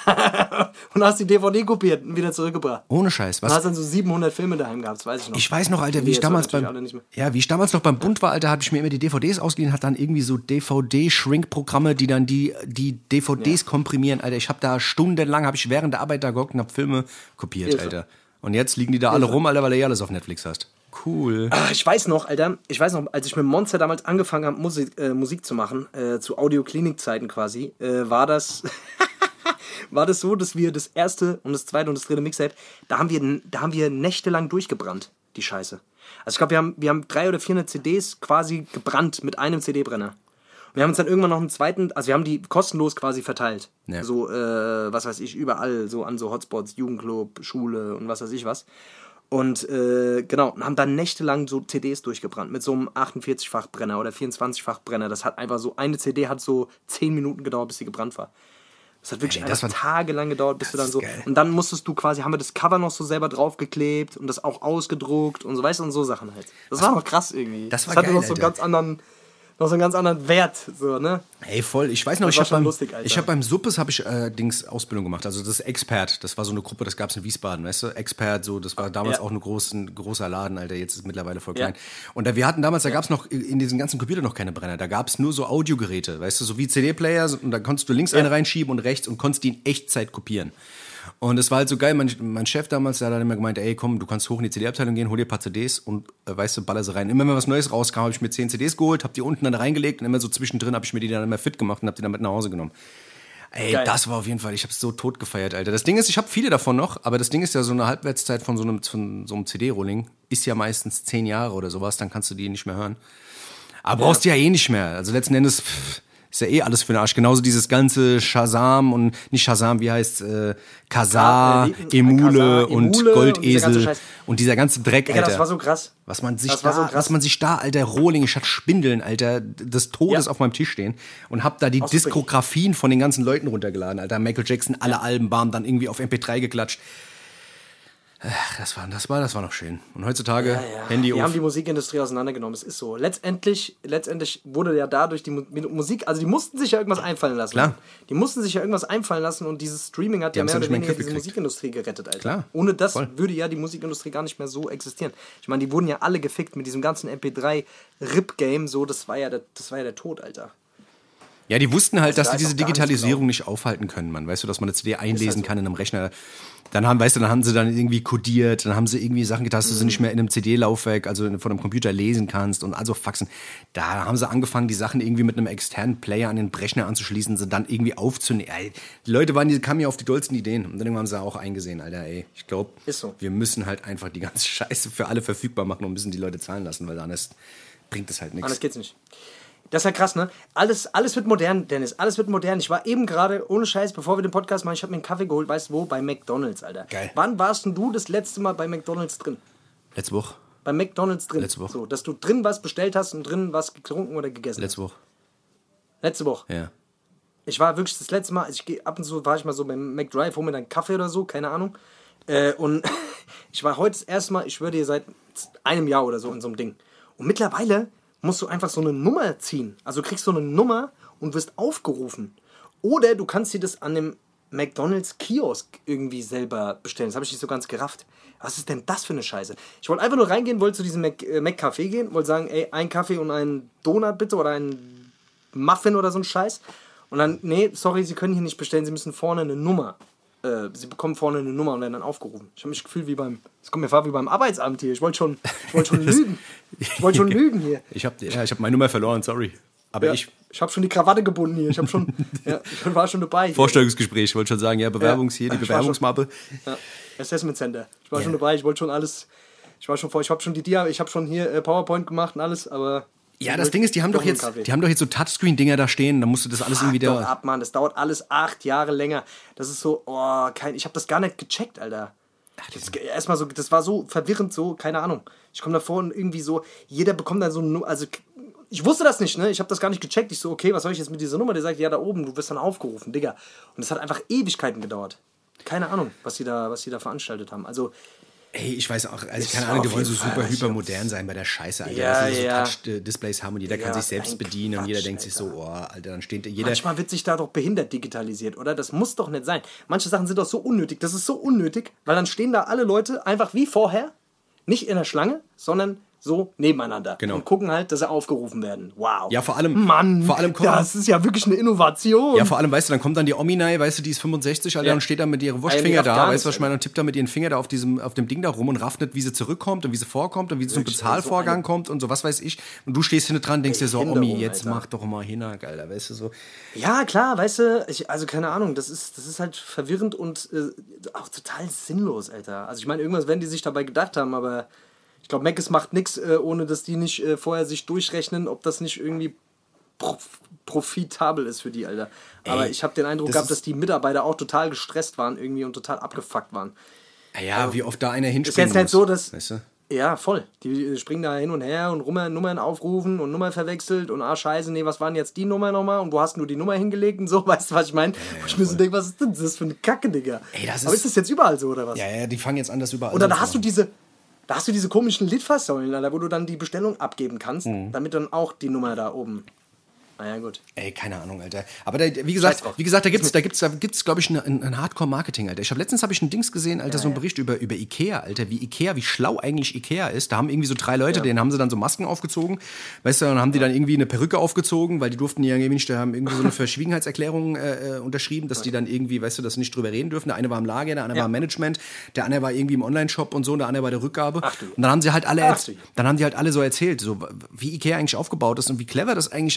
B: und hast die D V D kopiert und wieder zurückgebracht.
A: Ohne Scheiß.
B: Du hast
A: Was?
B: dann so siebenhundert Filme daheim gehabt, das weiß ich noch.
A: Ich weiß noch, Alter,
B: Die
A: wie ich
B: jetzt
A: damals
B: natürlich
A: beim,
B: alle nicht mehr.
A: ja, wie ich damals noch beim Bund war, Alter, habe ich mir immer die D V Ds ausgeliehen, hat dann irgendwie so D V D-Shrink-Programme, die dann die, die D V Ds
B: Ja.
A: komprimieren, Alter. Ich habe da stundenlang, habe ich während der Arbeit da gehockt und hab Filme kopiert,
B: Irre.
A: Alter. Und jetzt liegen die da alle
B: Irre.
A: rum, Alter, weil du eh alles auf Netflix hast. Cool.
B: Ah, Ich weiß noch, Alter, ich weiß noch, als ich mit Monster damals angefangen habe, Musik, äh, Musik zu machen, äh, zu Audioklinik-Zeiten quasi, äh, war das war das so, dass wir das erste und das zweite und das dritte Mixtape, da haben wir, da haben wir nächtelang durchgebrannt, die Scheiße. Also ich glaube, wir haben, wir haben drei oder vierhundert C Ds quasi gebrannt mit einem C D-Brenner. Und wir haben uns dann irgendwann noch einen zweiten, also wir haben die kostenlos quasi verteilt.
A: Ja.
B: So, äh, was weiß ich, überall, so an so Hotspots, Jugendclub, Schule und was weiß ich was. Und äh, genau, und haben dann nächtelang so C Ds durchgebrannt mit so einem achtundvierzig-fach Brenner oder vierundzwanzig-fach Brenner. Das hat einfach so, eine C D hat so zehn Minuten gedauert, bis sie gebrannt war. Das hat wirklich
A: Ey, das
B: einfach
A: war-
B: tagelang gedauert, bis du dann
A: ist
B: so.
A: geil.
B: Und dann musstest du quasi, haben wir das Cover noch so selber draufgeklebt und das auch ausgedruckt und so, weißt du, und so Sachen halt. Das war noch krass irgendwie.
A: Das war
B: hatte
A: geil,
B: noch so einen
A: Alter.
B: ganz anderen, noch so einen ganz anderen Wert, so, ne?
A: Ey, voll. Ich weiß noch,
B: Das
A: ich
B: war
A: habe
B: schon
A: beim,
B: lustig, Alter.
A: ich hab beim Suppes habe ich äh, Dings Ausbildung gemacht. Also das Expert, das war so eine Gruppe, das gab es in Wiesbaden, weißt du? Expert, so, das war damals
B: Ja.
A: auch ein großen, großer Laden, Alter. Jetzt ist es mittlerweile voll
B: Ja.
A: klein. Und da, wir hatten damals, da gab es noch in diesen ganzen Computern noch keine Brenner. Da gab es nur so Audiogeräte, weißt du, so wie C D-Player. Und da konntest du links eine reinschieben und rechts und konntest die in Echtzeit kopieren. Und es war halt so geil, mein, mein Chef damals, der hat dann immer gemeint, ey komm, du kannst hoch in die C D-Abteilung gehen, hol dir ein paar C Ds und äh, weißt du, baller sie rein. Immer wenn was Neues rauskam, habe ich mir zehn C Ds geholt, hab die unten dann reingelegt und immer so zwischendrin habe ich mir die dann immer fit gemacht und hab die dann mit nach Hause genommen. Ey,
B: Geil.
A: das war auf jeden Fall, ich hab's so tot gefeiert, Alter. Das Ding ist, ich habe viele davon noch, aber das Ding ist ja, so eine Halbwertszeit von so einem, von so einem C D-Rolling ist ja meistens zehn Jahre oder sowas, dann kannst du die nicht mehr hören. Aber brauchst du ja eh nicht mehr. Also letzten Endes, pff, Ist ja eh alles für den Arsch. Genauso dieses ganze Shazam und nicht Shazam, wie heißt äh, Kazaa,
B: Ka- äh,
A: Emule
B: Kazaa,
A: und
B: Emule
A: Goldesel
B: und,
A: und dieser ganze Dreck,
B: Digga,
A: Alter.
B: das war so krass.
A: Was man sich
B: Das
A: da,
B: war so krass.
A: was man sich da, Alter, Rohling, ich hatte Spindeln, Alter, des Todes
B: Ja.
A: auf meinem Tisch stehen und hab da die
B: Auch super.
A: Diskografien von den ganzen Leuten runtergeladen, Alter. Michael Jackson, alle Alben, bam, dann irgendwie auf M P drei geklatscht. Ach, das war, das war, das war noch schön. Und heutzutage
B: Ja, ja.
A: Handy
B: Die
A: auf.
B: haben die Musikindustrie auseinandergenommen. Es ist so. Letztendlich, letztendlich wurde ja dadurch die Mu- Musik, also die mussten sich ja irgendwas einfallen lassen.
A: Klar.
B: Die mussten sich ja irgendwas einfallen lassen und dieses Streaming hat
A: Die
B: ja
A: haben's
B: mehr
A: ja
B: oder
A: nicht mehr in den
B: weniger
A: Griff
B: diese
A: gekriegt.
B: Musikindustrie gerettet, Alter.
A: Klar.
B: Ohne das
A: Voll.
B: würde ja die Musikindustrie gar nicht mehr so existieren. Ich meine, die wurden ja alle gefickt mit diesem ganzen M P drei Rip-Game, so, das war ja der, das war ja der Tod, Alter.
A: Ja, die wussten halt, dass
B: da
A: sie
B: ist
A: diese
B: auch gar nichts
A: Digitalisierung nicht aufhalten können, man. Weißt du, dass man eine C D einlesen
B: halt so.
A: kann in einem Rechner. Dann haben, weißt du, dann haben sie dann irgendwie codiert, dann haben sie irgendwie Sachen getan, dass du sie nicht mehr in einem C D-Laufwerk, also von einem Computer lesen kannst und also Faxen. Da haben sie angefangen, die Sachen irgendwie mit einem externen Player an den Rechner anzuschließen, sie dann irgendwie aufzunehmen. Ey, die Leute waren, die kamen ja auf die dollsten Ideen. Und dann haben sie auch eingesehen, Alter, ey, ich glaube,
B: Ist so.
A: wir müssen halt einfach die ganze Scheiße für alle verfügbar machen und müssen die Leute zahlen lassen, weil anders bringt es halt nichts.
B: Anders geht's nicht. Das ist ja krass, ne? Alles, alles wird modern, Dennis. Alles wird modern. Ich war eben gerade, ohne Scheiß, bevor wir den Podcast machen, ich habe mir einen Kaffee geholt, weißt du wo? Bei McDonalds, Alter.
A: Geil.
B: Wann warst denn du das letzte Mal bei McDonalds drin?
A: Letzte Woche.
B: Bei McDonalds drin?
A: Letzte Woche.
B: So, dass du drin was bestellt hast und drin was getrunken oder gegessen
A: Letzte Woche.
B: hast. Letzte Woche.
A: Ja.
B: Ich war wirklich das letzte Mal, also ich gehe ab und zu war ich mal so beim McDrive, hol mir dann einen Kaffee oder so, keine Ahnung. Äh, und ich war heute das erste Mal, ich schwöre dir, seit einem Jahr oder so in so einem Ding. Und mittlerweile musst du einfach so eine Nummer ziehen. Also du kriegst so eine Nummer und wirst aufgerufen. Oder du kannst dir das an dem McDonalds-Kiosk irgendwie selber bestellen. Das habe ich nicht so ganz gerafft. Was ist denn das für eine Scheiße? Ich wollte einfach nur reingehen, wollte zu diesem Mac, äh, Mac-Café gehen, wollte sagen, ey, ein Kaffee und einen Donut bitte oder einen Muffin oder so ein Scheiß. Und dann, nee, sorry, Sie können hier nicht bestellen, Sie müssen vorne eine Nummer. Äh, Sie bekommen vorne eine Nummer und werden dann aufgerufen. Ich habe mich gefühlt wie beim, es kommt mir vor wie beim Arbeitsamt hier. Ich wollte schon, ich wollte schon lügen. Ich wollte schon lügen hier.
A: Ich habe ja, ich hab meine Nummer verloren, sorry. Aber
B: Ja,
A: ich,
B: ich habe schon die Krawatte gebunden hier. Ich habe schon, ja, ich war schon dabei. Hier.
A: Vorstellungsgespräch, ich wollte schon sagen, ja, Bewerbungs hier, die
B: Ich war schon-
A: Bewerbungsmappe.
B: Ja, Assessment Center. Ich war
A: Ja.
B: schon dabei. Ich wollte schon alles. Ich war schon vor. Ich habe schon die Dia. Ich habe schon hier äh, PowerPoint gemacht und alles. Aber
A: Ja, das Ding ist, die haben doch
B: einen
A: jetzt,
B: Kaffee.
A: die haben doch jetzt so Touchscreen-Dinger da stehen, da musst du das alles
B: Fuck
A: irgendwie
B: doch
A: da.
B: ab, Mann. Das dauert alles acht Jahre länger. Das ist so. Oh, kein. Ich habe das gar nicht gecheckt, Alter. Das, erstmal so, das war so verwirrend, so, keine Ahnung. Ich komme davor und irgendwie so, jeder bekommt dann so eine Nu- also ich wusste das nicht, ne? Ich habe das gar nicht gecheckt. Ich so, okay, was soll ich jetzt mit dieser Nummer? Der sagt, ja, da oben, du wirst dann aufgerufen, Digga. Und es hat einfach Ewigkeiten gedauert. Keine Ahnung, was die da, was die da veranstaltet haben. Also,
A: Ey, ich weiß auch, also
B: Ist
A: keine Ahnung, die
B: auf
A: wollen so
B: jeden Fall,
A: super
B: ich
A: hypermodern sein bei der Scheiße, Alter.
B: Ja,
A: dass sie so
B: ja.
A: Touch-Displays haben und jeder kann
B: Ja,
A: sich selbst
B: ein
A: bedienen und jeder
B: Quatsch,
A: denkt sich so, oh, Alter, dann steht jeder.
B: manchmal wird sich da doch behindert digitalisiert, oder? Das muss doch nicht sein. Manche Sachen sind doch so unnötig. Das ist so unnötig, weil dann stehen da alle Leute einfach wie vorher, nicht in der Schlange, sondern so nebeneinander.
A: Genau.
B: Und gucken halt, dass sie aufgerufen werden. Wow.
A: Ja, vor allem,
B: Mann,
A: vor allem kommt,
B: das ist ja wirklich eine Innovation.
A: ja, vor allem, weißt du, dann kommt dann die Ominei, weißt du, die ist fünfundsechzig, Alter,
B: Ja.
A: und steht da mit ihrem
B: Ey,
A: Wurstfinger
B: die rafft
A: da,
B: gar
A: weißt du, was
B: nichts,
A: ich meine, und tippt da mit ihren Finger da auf diesem, auf dem Ding da rum und rafft nicht, wie sie zurückkommt und wie sie vorkommt und wie sie zum
B: Wirklich,
A: Bezahlvorgang
B: so eine-
A: kommt und so, was weiß ich. Und du stehst hinten dran, denkst
B: Ey,
A: dir so,
B: Hinderung,
A: Omi, jetzt
B: Alter.
A: mach doch mal hin, Alter, weißt du, so.
B: Ja, klar, weißt du, ich, also keine Ahnung, das ist, das ist halt verwirrend und äh, auch total sinnlos, Alter. Also ich meine, irgendwas werden die sich dabei gedacht haben, aber ich glaube, Mc's macht nichts, äh, ohne dass die nicht äh, vorher sich durchrechnen, ob das nicht irgendwie prof profitabel ist für die, Alter. Aber
A: Ey,
B: ich habe den Eindruck
A: das
B: gehabt,
A: ist-
B: dass die Mitarbeiter auch total gestresst waren irgendwie und total abgefuckt waren.
A: Naja, wie oft da einer
B: Ist
A: hinspringen
B: jetzt nicht
A: muss,
B: so, dass...
A: weißt du?
B: Ja, voll. Die springen da hin und her und Nummer, Nummern aufrufen und Nummer verwechselt und ah, scheiße, nee, was war denn jetzt die Nummer nochmal und wo hast du die Nummer hingelegt und so, weißt du, was ich meine? Wo ich mir so denke, was ist denn das für eine Kacke, Digga?
A: Ey, das
B: Aber
A: ist-
B: ist das jetzt überall so, oder was?
A: Ja, ja, die fangen jetzt an, das überall
B: Oder da
A: zu
B: hast du
A: machen.
B: diese, da hast du diese komischen Litfaßsäulen, Alter, wo du dann die Bestellung abgeben kannst,
A: Mhm.
B: damit dann auch die Nummer da oben. Na ja, gut.
A: Ey, keine Ahnung, Alter. Aber da, wie gesagt,
B: Scheiß drauf.
A: wie gesagt, da gibt's, da gibt's, da gibt's, glaube ich, ein, ein Hardcore-Marketing, Alter. Ich habe letztens habe ich ein Dings gesehen, Alter, so einen Bericht über über Ikea, Alter, wie Ikea, wie schlau eigentlich Ikea ist. Da haben irgendwie so drei Leute, denen haben sie dann so Masken aufgezogen, weißt du, und haben die dann irgendwie eine Perücke aufgezogen, weil die durften ja irgendwie nicht, da haben irgendwie so eine Verschwiegenheitserklärung äh, äh, unterschrieben, dass die dann irgendwie, weißt du, dass sie nicht drüber reden dürfen. Der eine war im Lager, der andere
B: Ja.
A: war im Management, der andere war irgendwie im Online-Shop und so, und der andere bei der Rückgabe.
B: Ach du.
A: Und dann haben sie halt alle,
B: Ach
A: erz-
B: du.
A: dann haben die halt alle so erzählt, so wie Ikea eigentlich aufgebaut ist und wie clever das eigentlich alles ist.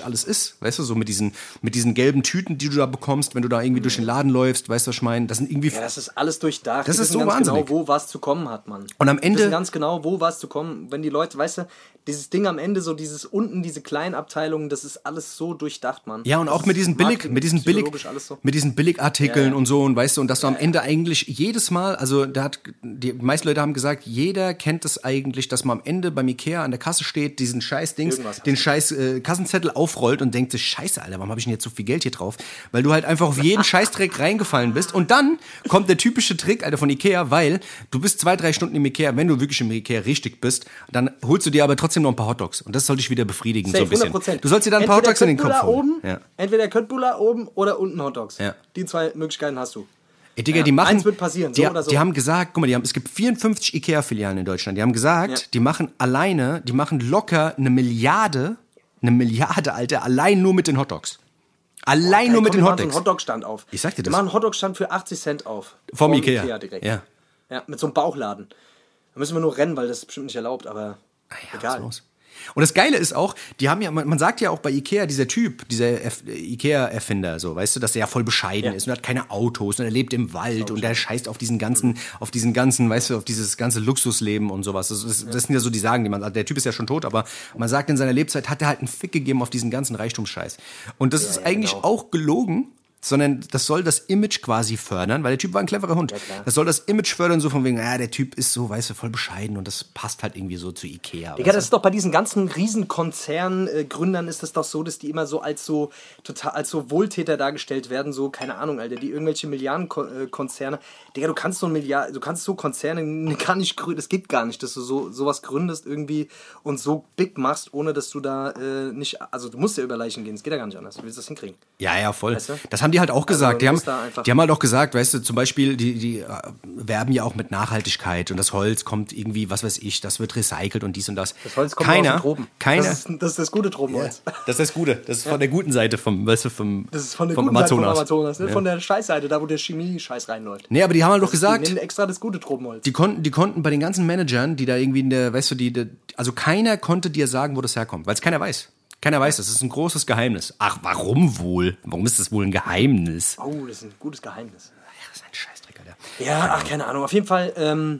A: Tricks, weißt du, so mit diesen, mit diesen gelben Tüten, die du da bekommst, wenn du da irgendwie durch den Laden läufst, weißt du, was ich meine? Das sind irgendwie...
B: Ja, das ist alles durchdacht.
A: Das
B: Die
A: ist
B: wissen
A: so
B: ganz
A: wahnsinnig.
B: genau, wo was zu kommen hat, Mann.
A: Und am
B: Die
A: Ende-
B: wissen ganz genau, wo was zu kommen. Wenn die Leute, weißt du, dieses Ding am Ende, so dieses unten, diese kleinen Abteilungen, das ist alles so durchdacht, Mann.
A: Ja, und
B: das
A: auch mit diesen Billig,
B: Marketing,
A: mit diesen Billig,
B: psychologisch alles so.
A: mit diesen Billigartikeln
B: Ja, ja.
A: und so, und weißt du, und dass du am Ende eigentlich jedes Mal, also da hat, die meisten Leute haben gesagt, jeder kennt es eigentlich, dass man am Ende beim Ikea an der Kasse steht, diesen scheiß Dings,
B: Irgendwas
A: den
B: hast
A: scheiß äh, Kassenzettel aufrollt und denkt sich, scheiße, Alter, warum habe ich denn jetzt so viel Geld hier drauf? Weil du halt einfach auf jeden Scheißdreck reingefallen bist. Und dann kommt der typische Trick, Alter, von Ikea, weil du bist zwei, drei Stunden im Ikea, wenn du wirklich im Ikea richtig bist, dann holst du dir aber trotzdem noch ein paar Hotdogs. Und das soll dich wieder befriedigen,
B: Safe,
A: so ein bisschen.
B: hundert Prozent.
A: Du sollst dir dann ein paar
B: Entweder
A: Hotdogs in den Kopf
B: Köttbullar
A: holen.
B: oben,
A: Ja.
B: Entweder Köttbullar oben oder unten Hotdogs.
A: Ja.
B: Die zwei Möglichkeiten hast du.
A: Ey, Digga,
B: Ja,
A: die machen,
B: eins wird passieren, so
A: die,
B: oder so.
A: Die haben gesagt, guck mal, die haben, es gibt vierundfünfzig Ikea-Filialen in Deutschland. Die haben gesagt,
B: Ja.
A: die machen alleine, die machen locker eine Milliarde, eine Milliarde, Alter, allein nur mit den Hotdogs. Allein
B: Ey,
A: nur
B: komm,
A: mit den
B: wir machen so
A: Hotdogs.
B: einen Hotdog-Stand auf.
A: Ich sag dir das.
B: Wir machen einen Hotdog-Stand für achtzig Cent auf.
A: Vom Ikea.
B: direkt.
A: Ja.
B: Ja, mit so einem Bauchladen. Da müssen wir nur rennen, weil das ist bestimmt nicht erlaubt, aber
A: Ja,
B: egal.
A: was los? Und das Geile ist auch, die haben ja, man, man sagt ja auch bei Ikea, dieser Typ, dieser Erf- Ikea-Erfinder, so, weißt du, dass er ja voll bescheiden
B: Ja.
A: ist und hat keine Autos und er lebt im Wald und er scheißt auf diesen ganzen, auf diesen ganzen, weißt du, auf dieses ganze Luxusleben und sowas. Das, das, das sind ja so die Sagen, die man, der Typ ist ja schon tot, aber man sagt, in seiner Lebzeit hat er halt einen Fick gegeben auf diesen ganzen Reichtumsscheiß. Und das ist
B: ja,
A: eigentlich
B: genau.
A: auch gelogen, sondern das soll das Image quasi fördern, weil der Typ war ein cleverer Hund.
B: klar.
A: Das soll das Image fördern, so von wegen, ja, der Typ ist so, weißt du, voll bescheiden und das passt halt irgendwie so zu Ikea.
B: Digga, das ist doch bei diesen ganzen Riesenkonzern-Gründern ist das doch so, dass die immer so als so total als so Wohltäter dargestellt werden, so, keine Ahnung, Alter, die irgendwelche Milliardenkonzerne. Digga, du kannst so ein Milliard, du kannst so Konzerne gar nicht gründen, das geht gar nicht, dass du so sowas gründest irgendwie und so big machst, ohne dass du da äh, nicht, also du musst ja über Leichen gehen, das geht ja gar nicht anders, du willst das hinkriegen.
A: Ja, ja, voll.
B: Weißt du?
A: Das haben die halt auch gesagt.
B: du
A: die, haben,
B: musst da einfach-
A: die haben halt auch gesagt, weißt du, zum Beispiel, die, die äh, werben ja auch mit Nachhaltigkeit und das Holz kommt irgendwie, was weiß ich, das wird recycelt und dies und das.
B: Das Holz kommt
A: keiner,
B: aus den Tropen.
A: Keiner,
B: Das ist, das ist das gute Tropenholz.
A: das ist das Gute. Das ist von der guten Seite vom, weißt du, vom,
B: Das ist von der
A: vom
B: guten Seite vom
A: Amazonas.
B: Amazonas, ne?
A: Ja.
B: Von der Scheißseite, da wo der Chemie-Scheiß reinläuft.
A: Nee, aber die haben halt doch
B: Die
A: gesagt,
B: nehmen extra das gute Tropenholz.
A: die konnten, die konnten bei den ganzen Managern, die da irgendwie in der, weißt du, die, die also keiner konnte dir sagen, wo das herkommt, weil es keiner weiß. Keiner weiß, das ist ein großes Geheimnis. Ach, warum wohl? Warum ist das wohl ein Geheimnis?
B: Oh, das ist ein gutes Geheimnis.
A: Ach, das ist ein Scheißdreck, Alter.
B: Ja, ach, keine Ahnung. Auf jeden Fall, ähm,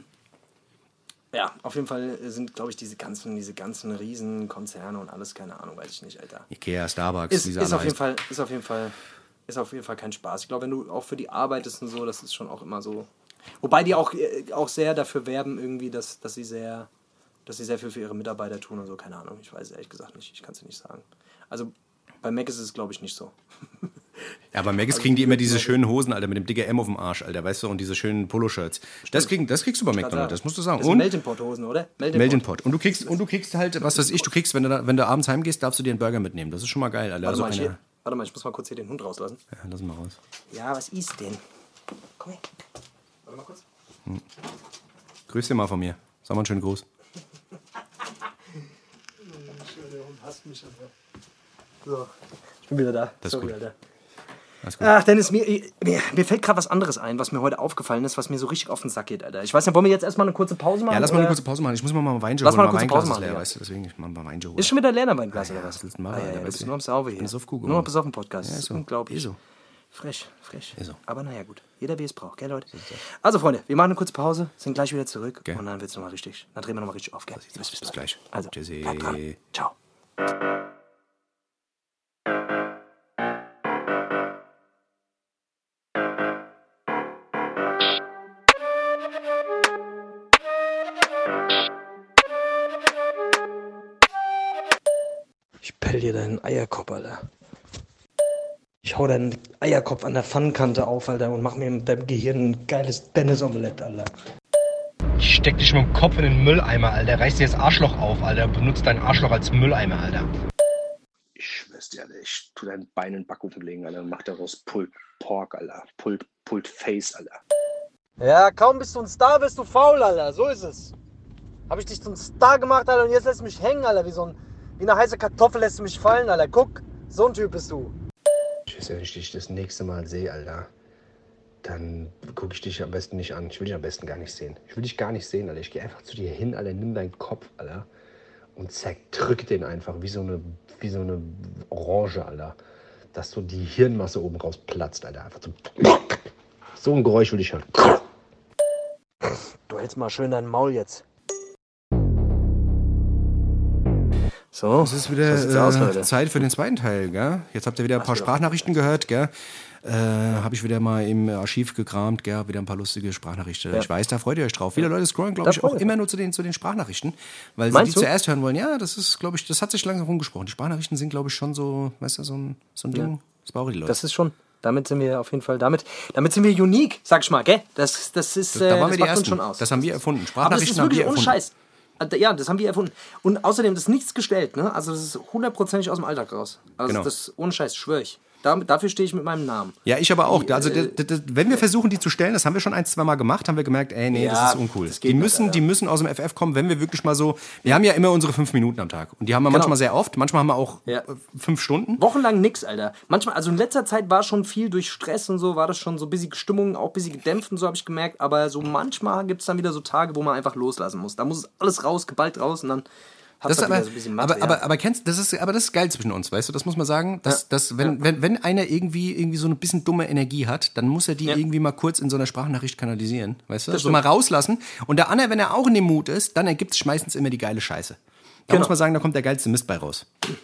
B: ja, auf jeden Fall sind, glaube ich, diese ganzen, diese ganzen Riesenkonzerne und alles, keine Ahnung, weiß ich nicht, Alter.
A: Ikea, Starbucks,
B: Ist,
A: diese
B: ist
A: alle
B: auf jeden
A: heißen.
B: Fall, ist auf jeden Fall, ist auf jeden Fall kein Spaß. Ich glaube, wenn du auch für die arbeitest und so, das ist schon auch immer so. Wobei die auch, äh, auch sehr dafür werben, irgendwie, dass, dass sie sehr, dass sie sehr viel für ihre Mitarbeiter tun und so, keine Ahnung. Ich weiß es ehrlich gesagt nicht. Ich kann es dir nicht sagen. Also bei Mac ist es, glaube ich, nicht so.
A: Ja, bei Maggis kriegen die immer diese schönen Hosen, Alter, mit dem dicker M auf dem Arsch, Alter, weißt du, und diese schönen Poloshirts. Das, kriegen, das kriegst du bei McDonald's, das musst du sagen.
B: Das sind
A: Und
B: Melting-Pot-Hosen, oder?
A: Melting Pot. Und du kriegst, und du kriegst halt, was weiß ich, du kriegst, wenn du, da, wenn du abends heimgehst, darfst du dir einen Burger mitnehmen. Das ist schon mal geil, Alter.
B: Warte,
A: Also
B: mal, ich
A: eine,
B: hier, warte mal, ich muss mal kurz hier den Hund rauslassen.
A: ja, lass mal raus.
B: Ja, was ist denn? Komm her. Warte mal kurz.
A: Grüß dir mal von mir. Sag mal einen schönen Gruß.
B: Der Hund hasst mich, Alter. So, ich bin wieder da.
A: Das ist
B: Sorry,
A: gut.
B: Alter.
A: Alles gut.
B: Ach, Dennis, mir, mir, mir fällt gerade was anderes ein, was mir heute aufgefallen ist, was mir so richtig auf den Sack geht, Alter. Ich weiß nicht, wollen wir jetzt erstmal eine kurze Pause machen?
A: Ja, lass mal eine
B: oder?
A: kurze Pause machen. Ich muss mal mal Wein
B: Lass mal eine
A: holen.
B: kurze
A: Mein
B: Pause
A: Weinglas ist
B: machen,
A: leer,
B: ja.
A: weißt du, deswegen ich mach mal Wein holen.
B: Ist schon wieder leer dein Weinglas,
A: Ja,
B: oder was?
A: was willst du machen,
B: Ah, ja,
A: Alter,
B: ja, du
A: weißt
B: bist
A: du?
B: nur am Sauber hier.
A: Bin so auf Kuh
B: Nur noch
A: geworden.
B: bis auf den Podcast.
A: Ja,
B: Das
A: ist
B: ist
A: so.
B: unglaublich.
A: Ist so.
B: Frech, frech.
A: Ist so.
B: Aber naja, gut. Jeder wie es braucht, gell, Leute? Also, Freunde, wir machen eine kurze Pause, sind gleich wieder zurück
A: Gell.
B: und dann wird's nochmal richtig. Dann drehen wir nochmal richtig auf, gell?
A: Bis, bis gleich.
B: Also,
A: Tschüssi.
B: bleibt dran. Ciao. Ich pell dir deinen Eierkopf, Alter. Ich hau deinen Eierkopf an der Pfannenkante auf, Alter, und mach mir mit deinem Gehirn ein geiles Dennis-Omelett, Alter.
C: Ich steck dich mit dem Kopf in den Mülleimer, Alter. Reiß dir das Arschloch auf, Alter. Benutzt dein Arschloch als Mülleimer, Alter.
D: Ich schwör's dir, Alter, ich tu dein Bein in den Backofen legen, Alter, und mach daraus Pulled Pork, Alter. Pulled, Pulled Face, Alter.
B: Ja, kaum bist du ein Star, bist du faul, Alter. So ist es. Hab ich dich zum Star gemacht, Alter, und jetzt lässt du mich hängen, Alter. Wie so ein, wie eine heiße Kartoffel lässt du mich fallen, Alter. Guck, so ein Typ bist du.
E: Ich weiß, wenn ich dich das nächste Mal sehe, Alter, dann gucke ich dich am besten nicht an. Ich will dich am besten gar nicht sehen. Ich will dich gar nicht sehen, Alter. Ich gehe einfach zu dir hin, Alter, nimm deinen Kopf, Alter, und zerdrück den einfach wie so eine, wie so eine Orange, Alter. Dass so die Hirnmasse oben raus platzt, Alter. Einfach so. So ein Geräusch will ich hören.
B: Du hältst mal schön dein Maul jetzt. So,
A: Es ist wieder
B: so sieht's aus,
A: äh,
B: Leute.
A: Zeit für den zweiten Teil, gell? Jetzt habt ihr wieder ein paar Sprachnachrichten gehört, gell? Äh, habe ich wieder mal im Archiv gekramt, gell? Wieder ein paar lustige Sprachnachrichten.
B: Ja.
A: Ich weiß, da freut ihr euch drauf. Viele Leute scrollen, glaube
B: Da
A: ich, auch
B: freut
A: immer nur zu den, zu den Sprachnachrichten, weil sie
B: Meinst
A: die
B: du?
A: zuerst hören wollen. Ja, das ist, glaube ich, das hat sich langsam rumgesprochen. Die Sprachnachrichten sind, glaube ich, schon so, weißt du, so ein, so ein Ding. Das brauchen die Leute.
B: Das ist schon, damit sind wir auf jeden Fall, damit, damit sind wir unique, sag ich mal, gell? Das, das ist, äh,
A: da waren wir
B: das
A: die
B: macht uns
A: Ersten.
B: schon aus.
A: Das haben wir erfunden.
B: Aber das ist
A: Sprachnachrichten haben wir
B: wirklich ohne
A: erfunden.
B: Scheiß. Also, ja, das haben wir erfunden. Und außerdem, das ist nichts gestellt, ne? Also das ist hundertprozentig aus dem Alltag raus. Also
A: Genau.
B: das ohne Scheiß, schwöre ich. Da, dafür stehe ich mit meinem Namen.
A: Ja, ich aber auch.
B: Die,
A: Also,
B: äh,
A: d- d- d- wenn wir versuchen, die zu stellen, das haben wir schon ein, zwei Mal gemacht, haben wir gemerkt, ey, nee,
B: Ja,
A: das ist uncool.
B: das geht
A: Die
B: nicht,
A: müssen,
B: Alter.
A: die müssen aus dem F F kommen, wenn wir wirklich mal so. Wir haben ja immer unsere fünf Minuten am Tag. Und die haben wir manchmal sehr oft. Manchmal haben wir auch
B: Ja.
A: äh, fünf Stunden.
B: Wochenlang nix, Alter. Manchmal, also in letzter Zeit war schon viel durch Stress und so, war das schon so busy Stimmung, auch busy gedämpft und so, habe ich gemerkt. Aber so manchmal gibt es dann wieder so Tage, wo man einfach loslassen muss. Da muss es alles raus, geballt raus und dann hat
A: Das
B: es
A: ist aber,
B: wieder so ein bisschen
A: aber,
B: Matte,
A: aber,
B: ja.
A: aber kennst, das ist, aber das ist geil zwischen uns, weißt du, das muss man sagen, dass,
B: Ja.
A: dass wenn, wenn, wenn einer irgendwie, irgendwie so ein bisschen dumme Energie hat, dann muss er die
B: Ja.
A: irgendwie mal kurz in so einer Sprachnachricht kanalisieren, weißt du,
B: Das
A: also
B: stimmt.
A: mal rauslassen. Und der andere, wenn er auch in dem Mut ist, dann ergibt es meistens immer die geile Scheiße. Da
B: Genau.
A: muss man sagen, da kommt der geilste Mist bei raus.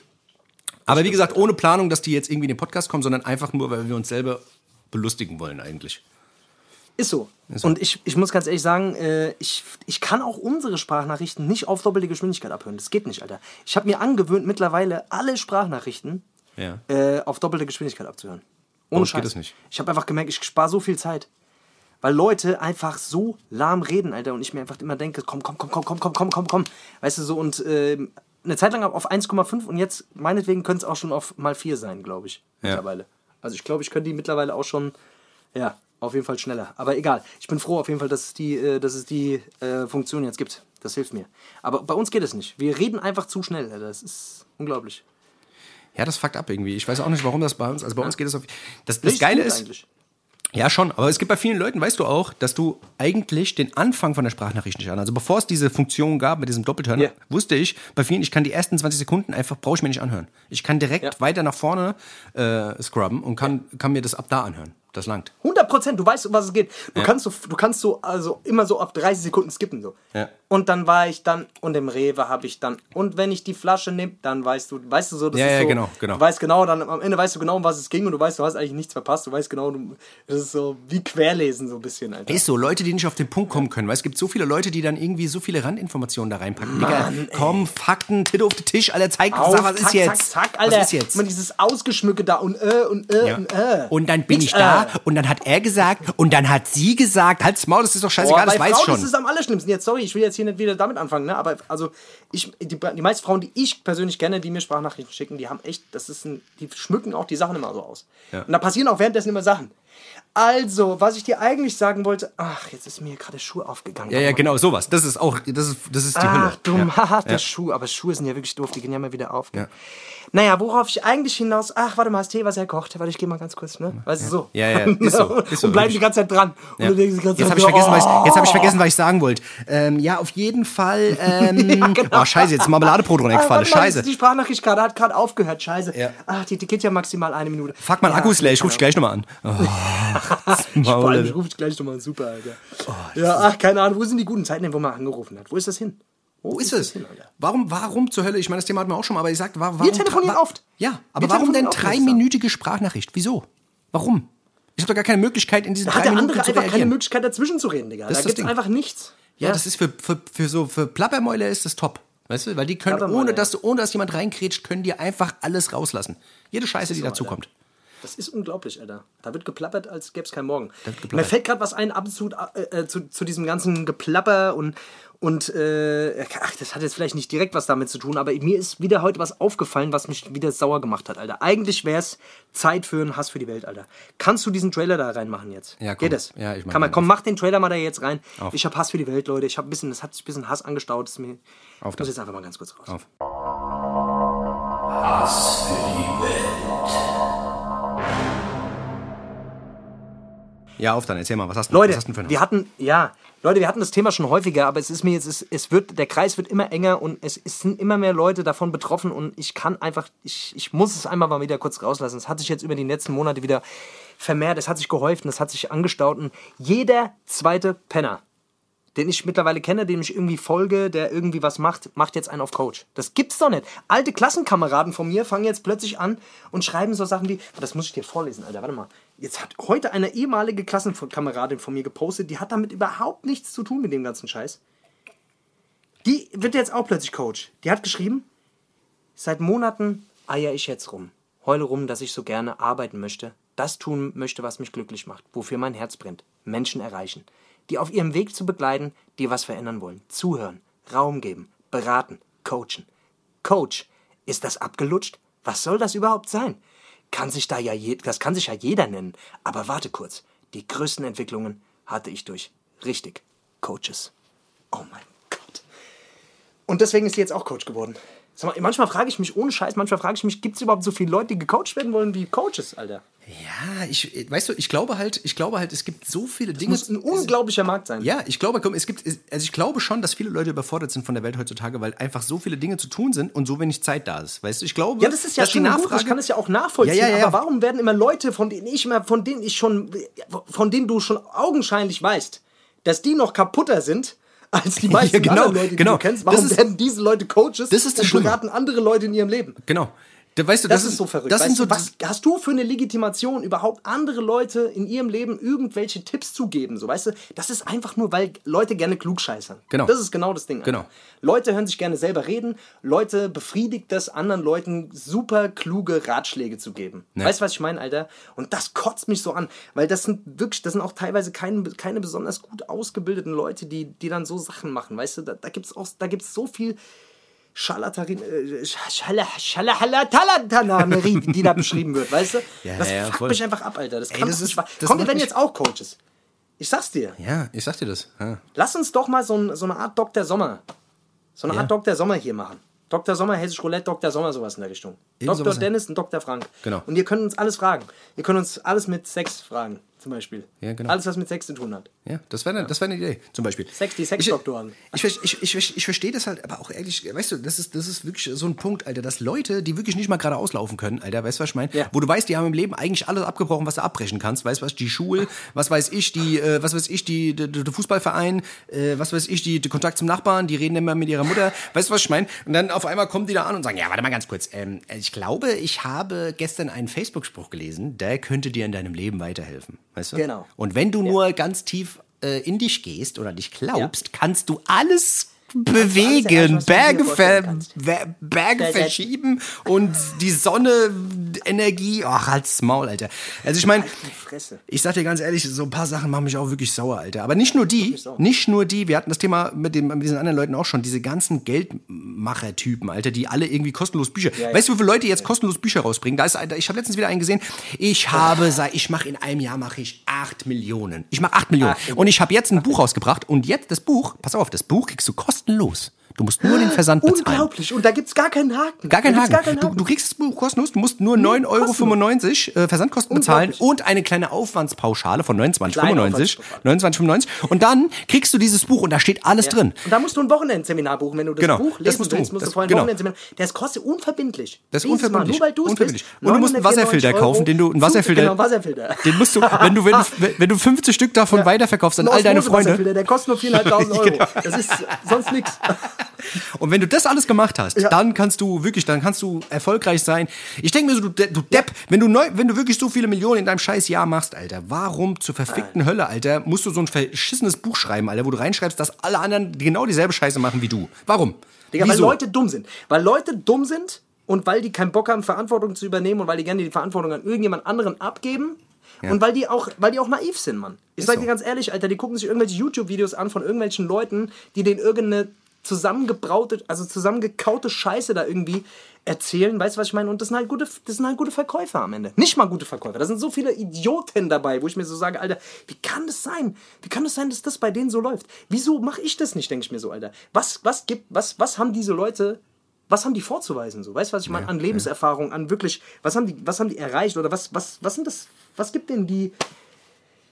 A: Aber wie gesagt, ohne Planung, dass die jetzt irgendwie in den Podcast kommen, sondern einfach nur, weil wir uns selber belustigen wollen eigentlich.
B: Ist so.
A: so.
B: Und ich, ich muss ganz ehrlich sagen, äh, ich, ich kann auch unsere Sprachnachrichten nicht auf doppelte Geschwindigkeit abhören. Das geht nicht, Alter. Ich habe mir angewöhnt, mittlerweile alle Sprachnachrichten
A: Ja.
B: äh, auf doppelte Geschwindigkeit abzuhören. Ohne
A: uns
B: Scheiß.
A: geht es nicht.
B: Ich habe einfach gemerkt, ich spare so viel Zeit. Weil Leute einfach so lahm reden, Alter. Und ich mir einfach immer denke, komm, komm, komm, komm, komm, komm, komm, komm, komm. Weißt du, so und äh, eine Zeit lang auf eins Komma fünf und jetzt, meinetwegen, könnte es auch schon auf mal vier sein, glaube ich.
A: Ja.
B: Mittlerweile. Also ich glaube, ich könnte die mittlerweile auch schon, ja, auf jeden Fall schneller. Aber egal. Ich bin froh auf jeden Fall, dass es die, äh, dass es die äh, Funktion jetzt gibt. Das hilft mir. Aber bei uns geht es nicht. Wir reden einfach zu schnell, Alter. Das ist unglaublich.
A: Ja, das fuckt ab irgendwie. Ich weiß auch nicht, warum das bei uns, also bei uns geht es auf, das, das
B: Richtig
A: Geile
B: gut
A: ist,
B: eigentlich.
A: ja, schon. Aber es gibt bei vielen Leuten, weißt du auch, dass du eigentlich den Anfang von der Sprachnachricht nicht an. Also bevor es diese Funktion gab mit diesem Doppelturn,
B: Ja.
A: wusste ich, bei vielen, ich kann die ersten zwanzig Sekunden einfach, brauche ich mir nicht anhören. Ich kann direkt
B: Ja.
A: weiter nach vorne äh, scrubben und kann, kann mir das ab da anhören. Das langt.
B: hundert Prozent, du weißt, um was es geht. Du
A: Ja.
B: kannst so, du kannst so, also immer so ab dreißig Sekunden skippen. So.
A: Ja.
B: Und dann war ich dann, und im Rewe habe ich dann, und wenn ich die Flasche nehme, dann weißt du, weißt du so, das
A: Ja,
B: ist
A: ja,
B: so,
A: genau, genau.
B: Du weißt genau, dann am Ende weißt du genau, um was es ging und du weißt, du hast eigentlich nichts verpasst. Du weißt genau, du, das ist so wie Querlesen so ein bisschen, Alter.
A: Ist so, Leute, die nicht auf den Punkt kommen können. Weil es gibt so viele Leute, die dann irgendwie so viele Randinformationen da reinpacken. Digga, komm, Fakten, Titte auf den Tisch, Alter, zeig,
B: Auf,
A: sag, was
B: zack,
A: ist jetzt?
B: zack, zack, Alter.
A: Was ist jetzt?
B: Immer dieses Ausgeschmücke da und äh und äh
A: Ja.
B: und äh.
A: Und dann bin
B: Nix,
A: ich da
B: äh.
A: und dann hat er gesagt und dann hat sie gesagt, halt's Maul, das ist doch scheißegal,
B: Boah,
A: das
B: bei
A: weiß
B: Frauen
A: schon.
B: ist es am allerschlimmsten. Jetzt, sorry, ich will jetzt hier nicht wieder damit anfangen, ne? Aber also, ich, die, die meisten Frauen, die ich persönlich kenne, die mir Sprachnachrichten schicken, die haben echt, das ist ein, die schmücken auch die Sachen immer so aus.
A: Ja.
B: Und da passieren auch währenddessen immer Sachen. Also, was ich dir eigentlich sagen wollte, ach, jetzt ist mir gerade der Schuh aufgegangen.
A: Ja, ja, genau, sowas. Das ist auch, das ist, das ist die Hölle.
B: Ach, dumm,
A: Ja.
B: haha, der
A: Ja.
B: Schuh. Aber Schuhe sind ja wirklich doof, die gehen ja mal wieder auf.
A: Ja.
B: Naja, worauf ich eigentlich hinaus... Ach, warte mal, hast Tee, was er kocht? Warte, ich geh mal ganz kurz, ne? Weißt du, so.
A: Ja, ja, ist so, ist so,
B: Und bleiben
A: wirklich.
B: die ganze Zeit dran.
A: Ja.
B: Und du denkst die ganze
A: Jetzt
B: Zeit
A: habe ich,
B: so,
A: vergessen, was ich, jetzt hab ich
B: oh.
A: vergessen, was ich sagen wollte. Ähm, ja, auf jeden Fall. Ähm,
B: Ja, genau.
A: Oh, scheiße, jetzt Marmeladebrot
B: Ah,
A: runtergefallen.
B: warte mal,
A: Scheiße.
B: Die Sprachnachricht gerade hat gerade aufgehört, scheiße.
A: Ja.
B: Ach, die, die geht ja maximal eine Minute.
A: Fuck, mein
B: ja,
A: Akku ist leer, ich ruf dich gleich nochmal an. Oh,
B: Vor allem, ich
A: Maul.
B: rufe dich gleich nochmal an, super, Alter. ja, ach, keine Ahnung, wo sind die guten Zeiten, denn, wo man angerufen hat? Wo ist das hin?
A: Wo ist es?
B: hin, Alter?
A: Warum, warum zur Hölle? Ich meine, das Thema hatten wir auch schon mal, aber ich sag, warum.
B: Wir telefonieren
A: wa-
B: oft.
A: Ja, aber
B: Wir
A: warum denn
B: telefonieren oft, muss ich sagen.
A: dreiminütige Sprachnachricht? Wieso? Warum? Ich habe doch gar keine Möglichkeit, in diesen
B: Da hat
A: drei
B: der
A: Minuten
B: andere
A: zu
B: einfach keine
A: reagieren.
B: Möglichkeit, dazwischen zu reden, Digga.
A: Das
B: Da
A: ist das
B: gibt's
A: Ding.
B: einfach nichts.
A: Ja, das ist für, für, für so für Plappermäuler ist das top. Weißt du, weil die können,
B: Plappermäuler,
A: ohne
B: ja.
A: dass, du, ohne dass jemand reinkrätscht, können die einfach alles rauslassen. Jede Scheiße, die
B: so,
A: dazu
B: Alter.
A: kommt.
B: Das ist unglaublich, Alter. Da wird geplappert, als gäbe es keinen Morgen.
A: wird geplappert.
B: Mir fällt gerade was ein, absolut äh, äh, zu, zu diesem ganzen Geplapper und, und äh, ach, das hat jetzt vielleicht nicht direkt was damit zu tun, aber mir ist wieder heute was aufgefallen, was mich wieder sauer gemacht hat, Alter. Eigentlich wäre es Zeit für einen Hass für die Welt, Alter. Kannst du diesen Trailer da reinmachen jetzt?
A: Ja, komm.
B: Geht das?
A: Ja, ich mach
B: Kann man,
A: den
B: komm, mach den Trailer mal da jetzt rein.
A: Auf.
B: Ich habe Hass für die Welt, Leute. Ich habe ein bisschen, das hat sich ein bisschen Hass angestaut. Das ist mir,
A: Auf
B: ich muss
A: das.
B: jetzt einfach mal ganz kurz raus.
A: Auf. Ja, auf dann, erzähl mal, was hast du,
B: Leute,
A: was hast du denn für ein
B: wir
A: Haus?
B: hatten, ja, Leute, wir hatten das Thema schon häufiger, aber es ist mir jetzt, es, es wird, der Kreis wird immer enger und es, es sind immer mehr Leute davon betroffen und ich kann einfach, ich, ich muss es einmal mal wieder kurz rauslassen. Es hat sich jetzt über die letzten Monate wieder vermehrt, es hat sich gehäuft und es hat sich angestaut und jeder zweite Penner, den ich mittlerweile kenne, dem ich irgendwie folge, der irgendwie was macht, macht jetzt einen auf Coach. Das gibt's doch nicht. Alte Klassenkameraden von mir fangen jetzt plötzlich an und schreiben so Sachen wie, das muss ich dir vorlesen, Alter, warte mal. Jetzt hat heute eine ehemalige Klassenkameradin von mir gepostet, die hat damit überhaupt nichts zu tun mit dem ganzen Scheiß. Die wird jetzt auch plötzlich Coach. Die hat geschrieben, seit Monaten eier ich jetzt rum. Heule rum, dass ich so gerne arbeiten möchte, das tun möchte, was mich glücklich macht, wofür mein Herz brennt. Menschen erreichen. Die auf ihrem Weg zu begleiten, die was verändern wollen. Zuhören, Raum geben, beraten, coachen. Coach, ist das abgelutscht? Was soll das überhaupt sein? Kann sich da ja je, das kann sich ja jeder nennen. Aber warte kurz, die größten Entwicklungen hatte ich durch, richtig, Coaches. Oh mein Gott. Und deswegen ist die jetzt auch Coach geworden. Sag mal, manchmal frage ich mich, ohne Scheiß, manchmal frage ich mich, gibt es überhaupt so viele Leute, die gecoacht werden wollen wie Coaches, Alter?
A: Ja, ich, weißt du, ich glaube halt, ich glaube halt, es gibt so viele Dinge.
B: Das muss ein unglaublicher Markt sein.
A: Ja, ich glaube, komm, es gibt, also ich glaube schon, dass viele Leute überfordert sind von der Welt heutzutage, weil einfach so viele Dinge zu tun sind und so wenig Zeit da ist. Weißt du, ich glaube,
B: ja, das ist ja
A: dass
B: schon
A: die
B: gut,
A: Nachfrage,
B: ich kann es ja auch nachvollziehen,
A: Ja, ja, ja.
B: aber warum werden immer Leute, von denen ich immer, von denen ich schon, von denen du schon augenscheinlich weißt, dass die noch kaputter sind als die meisten
A: Ja, genau,
B: anderen Leute, die
A: genau.
B: du kennst, warum
A: Das ist-
B: werden diese Leute Coaches
A: Das ist das
B: und
A: Schlimme.
B: beraten andere Leute in ihrem Leben?
A: Genau. Da, weißt du,
B: Das,
A: das,
B: ist so verrückt.
A: Das
B: weißt
A: sind so
B: du, was hast du für eine Legitimation, überhaupt andere Leute in ihrem Leben irgendwelche Tipps zu geben? So, weißt du, das ist einfach nur, weil Leute gerne klugscheißern.
A: Genau.
B: Das ist genau das Ding. Alter.
A: Genau.
B: Leute hören sich gerne selber reden. Leute befriedigt das, anderen Leuten super kluge Ratschläge zu geben.
A: Ja.
B: Weißt du, was ich meine, Alter? Und das kotzt mich so an, weil das sind wirklich, das sind auch teilweise keine, keine besonders gut ausgebildeten Leute, die, die dann so Sachen machen. Weißt du, da, da gibt es auch, da gibt's so viel Schalatarin, äh, Schala- Schalalatalatanerie, die da beschrieben wird, weißt du?
A: Ja,
B: das
A: ja,
B: fuckt
A: voll.
B: mich einfach ab, Alter. Das
A: Ey,
B: kann
A: das
B: doch
A: ist-
B: nicht wahr.
A: das
B: Komm, wir
A: macht
B: werden
A: mich-
B: jetzt auch Coaches. Ich sag's dir.
A: Ja, ich sag dir das. Ja.
B: Lass uns doch mal so, ein, so eine Art Doktor Sommer, so eine
A: Ja.
B: Art Doktor Sommer hier machen. Doktor Sommer, Hessisch Roulette, Doktor Sommer, sowas in der Richtung.
A: Irgend
B: Doktor
A: sowas, ja.
B: Dennis und Doktor Frank.
A: Genau.
B: Und ihr könnt uns alles fragen. Ihr könnt uns alles mit Sex fragen, zum Beispiel.
A: Ja, genau.
B: Alles, was mit Sex zu tun hat.
A: Ja, das wäre eine, das wär eine Idee, zum Beispiel.
B: Sex, die Sexdoktoren.
A: Ich, ich, ich, ich, ich, ich verstehe das halt, aber auch ehrlich, weißt du, das ist, das ist wirklich so ein Punkt, Alter, dass Leute, die wirklich nicht mal gerade auslaufen können, Alter, weißt du, was ich meine?
B: Ja.
A: Wo du weißt, die haben im Leben eigentlich alles abgebrochen, was du abbrechen kannst, weißt du was, die Schule, was weiß ich, die, äh, was weiß ich, die, der, der Fußballverein, äh, was weiß ich, die, der Kontakt zum Nachbarn, die reden immer mit ihrer Mutter, weißt du, was ich meine? Und dann auf einmal kommen die da an und sagen, ja, warte mal ganz kurz, ähm, ich glaube, ich habe gestern einen Facebook-Spruch gelesen, der könnte dir in deinem Leben weiterhelfen, weißt du?
B: Genau.
A: Und wenn du nur ganz tief äh, in dich gehst oder dich glaubst, kannst du alles bewegen,
B: erreichen, was du dir
A: Berge,
B: vorstellen
A: ver
B: kannst.
A: Ver Berge
B: Berge.
A: verschieben und die Sonne, Energie, ach, halt's Maul, Alter. Also ich meine,
B: Die Fresse.
A: ich sag dir ganz ehrlich, so ein paar Sachen machen mich auch wirklich sauer, Alter. Aber nicht nur die,
B: sauer.
A: nicht nur die, wir hatten das Thema mit, dem, mit diesen anderen Leuten auch schon, diese ganzen Geldmacher-Typen, Alter, die alle irgendwie kostenlos Bücher,
B: Ja, ja.
A: weißt du, wie viele Leute jetzt kostenlos Bücher rausbringen? Da ist, Alter, ich habe letztens wieder einen gesehen, ich habe, seit, ich mache in einem Jahr mache ich acht Millionen. Ich mache acht Millionen. Und ich habe jetzt ein Buch rausgebracht und jetzt das Buch, pass auf, das Buch kriegst du kostenlos. Du musst nur den Versand bezahlen.
B: Unglaublich. Und da gibt's gar keinen Haken.
A: Gar kein
B: da gibt's
A: Haken.
B: Gar keinen
A: Du,
B: Haken.
A: du kriegst das Buch kostenlos, du musst nur neun Euro fünfundneunzig äh, Versandkosten bezahlen
B: Unglaublich.
A: und eine kleine Aufwandspauschale von neunundzwanzig
B: Kleine
A: fünfundneunzig.
B: Aufwandspauschale.
A: neunundzwanzig fünfundneunzig. Und dann kriegst du dieses Buch und da steht alles drin.
B: Und da musst du ein Wochenendseminar buchen, wenn du das
A: Genau,
B: Buch
A: das
B: lesen
A: musst du
B: willst,
A: buchen.
B: musst du
A: Das-
B: vorher ein
A: genau.
B: Wochenendseminar. Das kostet unverbindlich.
A: Das ist
B: Dieses Mal,
A: unverbindlich.
B: Nur weil du es
A: Unverbindlich.
B: bist.
A: Und du musst einen Wasserfilter
B: neunhundertvierundneunzig
A: kaufen, den du, einen Wasserfilter,
B: Genau, einen Wasserfilter.
A: den musst du, wenn du, wenn du, wenn du fünfzig Stück davon
B: Ja.
A: weiterverkaufst an
B: Ein
A: all deine
B: Osmose-Wasserfilter,
A: Freunde.
B: Der kostet nur viertausendfünfhundert Euro.
A: Genau.
B: Das ist sonst nichts.
A: Und wenn du das alles gemacht hast,
B: Ja.
A: dann kannst du wirklich, dann kannst du erfolgreich sein. Ich denke mir so, du, De- du Depp, wenn du neu, wenn du wirklich so viele Millionen in deinem scheiß Jahr machst, Alter, warum zur verfickten Hölle, Alter, musst du so ein verschissenes Buch schreiben, Alter, wo du reinschreibst, dass alle anderen genau dieselbe Scheiße machen wie du? Warum?
B: Digga, weil
A: Wieso?
B: Leute dumm sind. Weil Leute dumm sind und weil die keinen Bock haben, Verantwortung zu übernehmen und weil die gerne die Verantwortung an irgendjemand anderen abgeben. Und weil die auch, weil die auch naiv sind, Mann. Ich
A: Ist
B: sag
A: so.
B: dir ganz ehrlich, Alter, die gucken sich irgendwelche YouTube-Videos an von irgendwelchen Leuten, die denen irgendeine zusammengebraute, also zusammengekaute Scheiße da irgendwie erzählen, weißt du, was ich meine? Und das sind halt gute, das sind halt gute Verkäufer am Ende. Nicht mal gute Verkäufer. Da sind so viele Idioten dabei, wo ich mir so sage, Alter, wie kann das sein? Wie kann das sein, dass das bei denen so läuft? Wieso mache ich das nicht, denke ich mir so, Alter? Was, was gibt, was, was haben diese Leute, was haben die vorzuweisen, so? Weißt du, was ich meine? An Lebenserfahrung, an wirklich, was haben die, was haben die erreicht oder was, was, was sind das, was gibt denen die,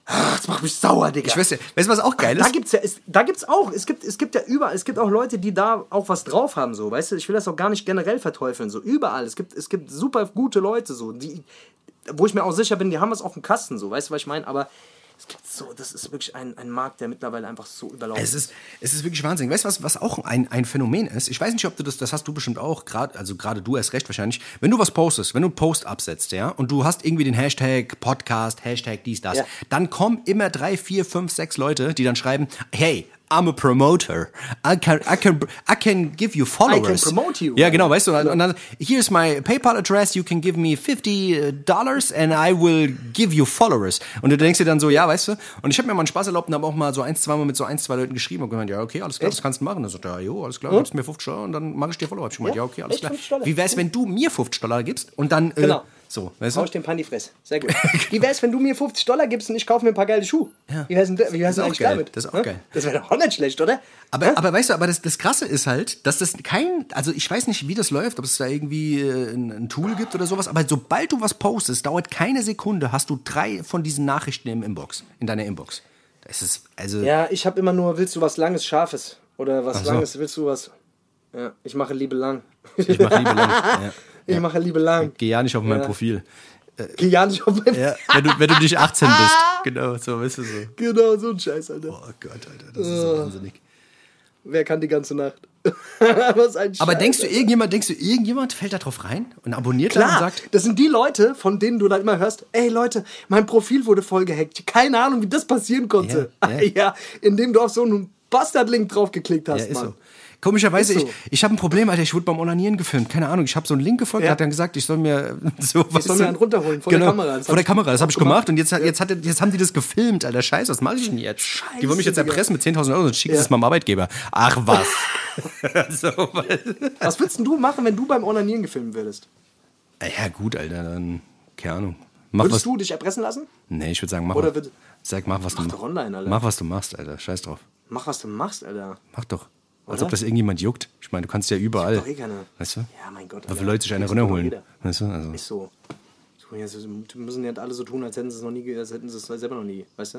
B: Ach, das macht mich sauer, Digga.
A: Ich weiß ja, weißt du, was auch geil ist?
B: Da gibt's ja, es, da gibt's auch, es gibt, es gibt ja überall, es gibt auch Leute, die da auch was drauf haben, so, weißt du, ich will das auch gar nicht generell verteufeln, so, überall, es gibt, es gibt super gute Leute, so, die, wo ich mir auch sicher bin, die haben was auf dem Kasten, so, weißt du, was ich meine, aber es gibt so, das ist wirklich ein, ein Markt, der mittlerweile einfach so überlaufen
A: Es ist, es ist wirklich Wahnsinn. Weißt du, was, was auch ein, ein Phänomen ist? Ich weiß nicht, ob du das, das hast du bestimmt auch, grad, also gerade du erst recht wahrscheinlich. Wenn du was postest, wenn du einen Post absetzt, ja, und du hast irgendwie den Hashtag Podcast, Hashtag dies, das,
B: Ja.
A: dann kommen immer drei, vier, fünf, sechs Leute, die dann schreiben, hey, I'm a promoter. I can, I can, I can give you followers.
B: I can promote you.
A: Ja, genau, weißt du. Und dann, here's my PayPal address, you can give me fifty dollars and I will give you followers. Und du denkst dir dann so, ja, weißt du. Und ich habe mir mal einen Spaß erlaubt und habe auch mal so ein, zwei Mal mit so ein, zwei Leuten geschrieben und gemeint, ja, okay, alles klar,
B: Echt?
A: das kannst du machen. Dann sagt er, ja, jo, alles klar, gibst mir fünfzig Dollar und dann mache ich dir Follower. Hab ich gemeint, ja, okay, alles
B: echt,
A: klar.
B: fünfzig Dollar?
A: Wie wär's, wenn du mir fünfzig Dollar gibst und dann, äh,
B: Genau.
A: so, weißt
B: Hau
A: du?
B: ich den Pan die Fresse. Sehr gut. Wie wär's, wenn du mir fünfzig Dollar gibst und ich kaufe mir ein paar geile Schuhe?
A: Ja.
B: Wie wär's denn, wie wär's
A: Das ist
B: denn
A: auch
B: eigentlich
A: geil.
B: damit?
A: Das ist auch
B: Hä?
A: geil.
B: Das wäre doch auch nicht schlecht, oder?
A: Aber,
B: Hä?
A: aber weißt du, aber das, das Krasse ist halt, dass das kein, also ich weiß nicht, wie das läuft, ob es da irgendwie äh, ein, ein Tool gibt oder sowas, aber sobald du was postest, dauert keine Sekunde, hast du drei von diesen Nachrichten im Inbox, in deiner Inbox. Das ist, also,
B: Ja, ich habe immer nur, willst du was Langes, Scharfes? Oder was
A: Ach so.
B: Langes, willst du was? Ja, ich mache Liebe lang.
A: ich mache Liebe lang. Ja.
B: Ich mache Liebe lang.
A: Geh ja nicht auf mein
B: Ja.
A: Profil.
B: Geh ja nicht auf mein...
A: Ja, wenn du, wenn du nicht achtzehn bist. Genau, so, weißt du so.
B: Genau, so ein Scheiß, Alter.
A: Oh Gott, Alter, das ist so wahnsinnig.
B: Wer kann die ganze Nacht? Was ein
A: Aber
B: Scheiß,
A: denkst du,
B: Alter.
A: irgendjemand, denkst du, irgendjemand fällt da drauf rein und abonniert da und
B: Klar,
A: sagt,
B: das sind die Leute, von denen du dann immer hörst, ey Leute, mein Profil wurde voll gehackt. Keine Ahnung, wie das passieren konnte.
A: Ja,
B: Ja,
A: ja.
B: indem du auf so einen Bastard-Link draufgeklickt hast,
A: ja, ist
B: Mann.
A: so. Komischerweise,
B: Ist so.
A: ich, ich habe ein Problem, Alter, ich wurde beim Onanieren gefilmt. Keine Ahnung, ich habe so einen Link gefolgt,
B: Ja.
A: der hat dann gesagt, ich soll mir so was.
B: Ich soll mir einen runterholen, vor
A: genau,
B: der Kamera. Das
A: vor
B: hab
A: der
B: ich
A: Kamera, das habe ich
B: auch
A: gemacht
B: gemacht.
A: und jetzt, hat, jetzt, hat, jetzt haben die das gefilmt, Alter, scheiße, was mache ich denn jetzt?
B: Scheiße,
A: die wollen mich jetzt
B: Digga.
A: erpressen mit zehntausend Euro und schicken
B: Ja.
A: es meinem Arbeitgeber. Ach was. so, weil,
B: Was würdest denn du machen, wenn du beim Onanieren gefilmt würdest?
A: ja gut, Alter, dann, keine Ahnung. Mach was.
B: Würdest du dich erpressen lassen?
A: Nee, ich würde sagen, mach
B: Oder
A: was.
B: würd-
A: Sag, mach was
B: Mach
A: du
B: doch online, Alter.
A: Mach was du machst, Alter, scheiß drauf.
B: Mach, was du machst, Alter.
A: Mach doch. Als
B: Oder?
A: ob das irgendjemand juckt. Ich meine, du kannst ja überall.
B: Doch eh keiner.
A: Weißt du?
B: Ja, mein Gott.
A: Da
B: Alter.
A: will Leute sich eine
B: Das
A: runterholen.
B: kann doch jeder.
A: Weißt du? Also.
B: Ist so. So, ja, so- Die müssen ja alle so tun, als hätten sie es noch nie, ge- als hätten sie es selber noch nie, weißt du?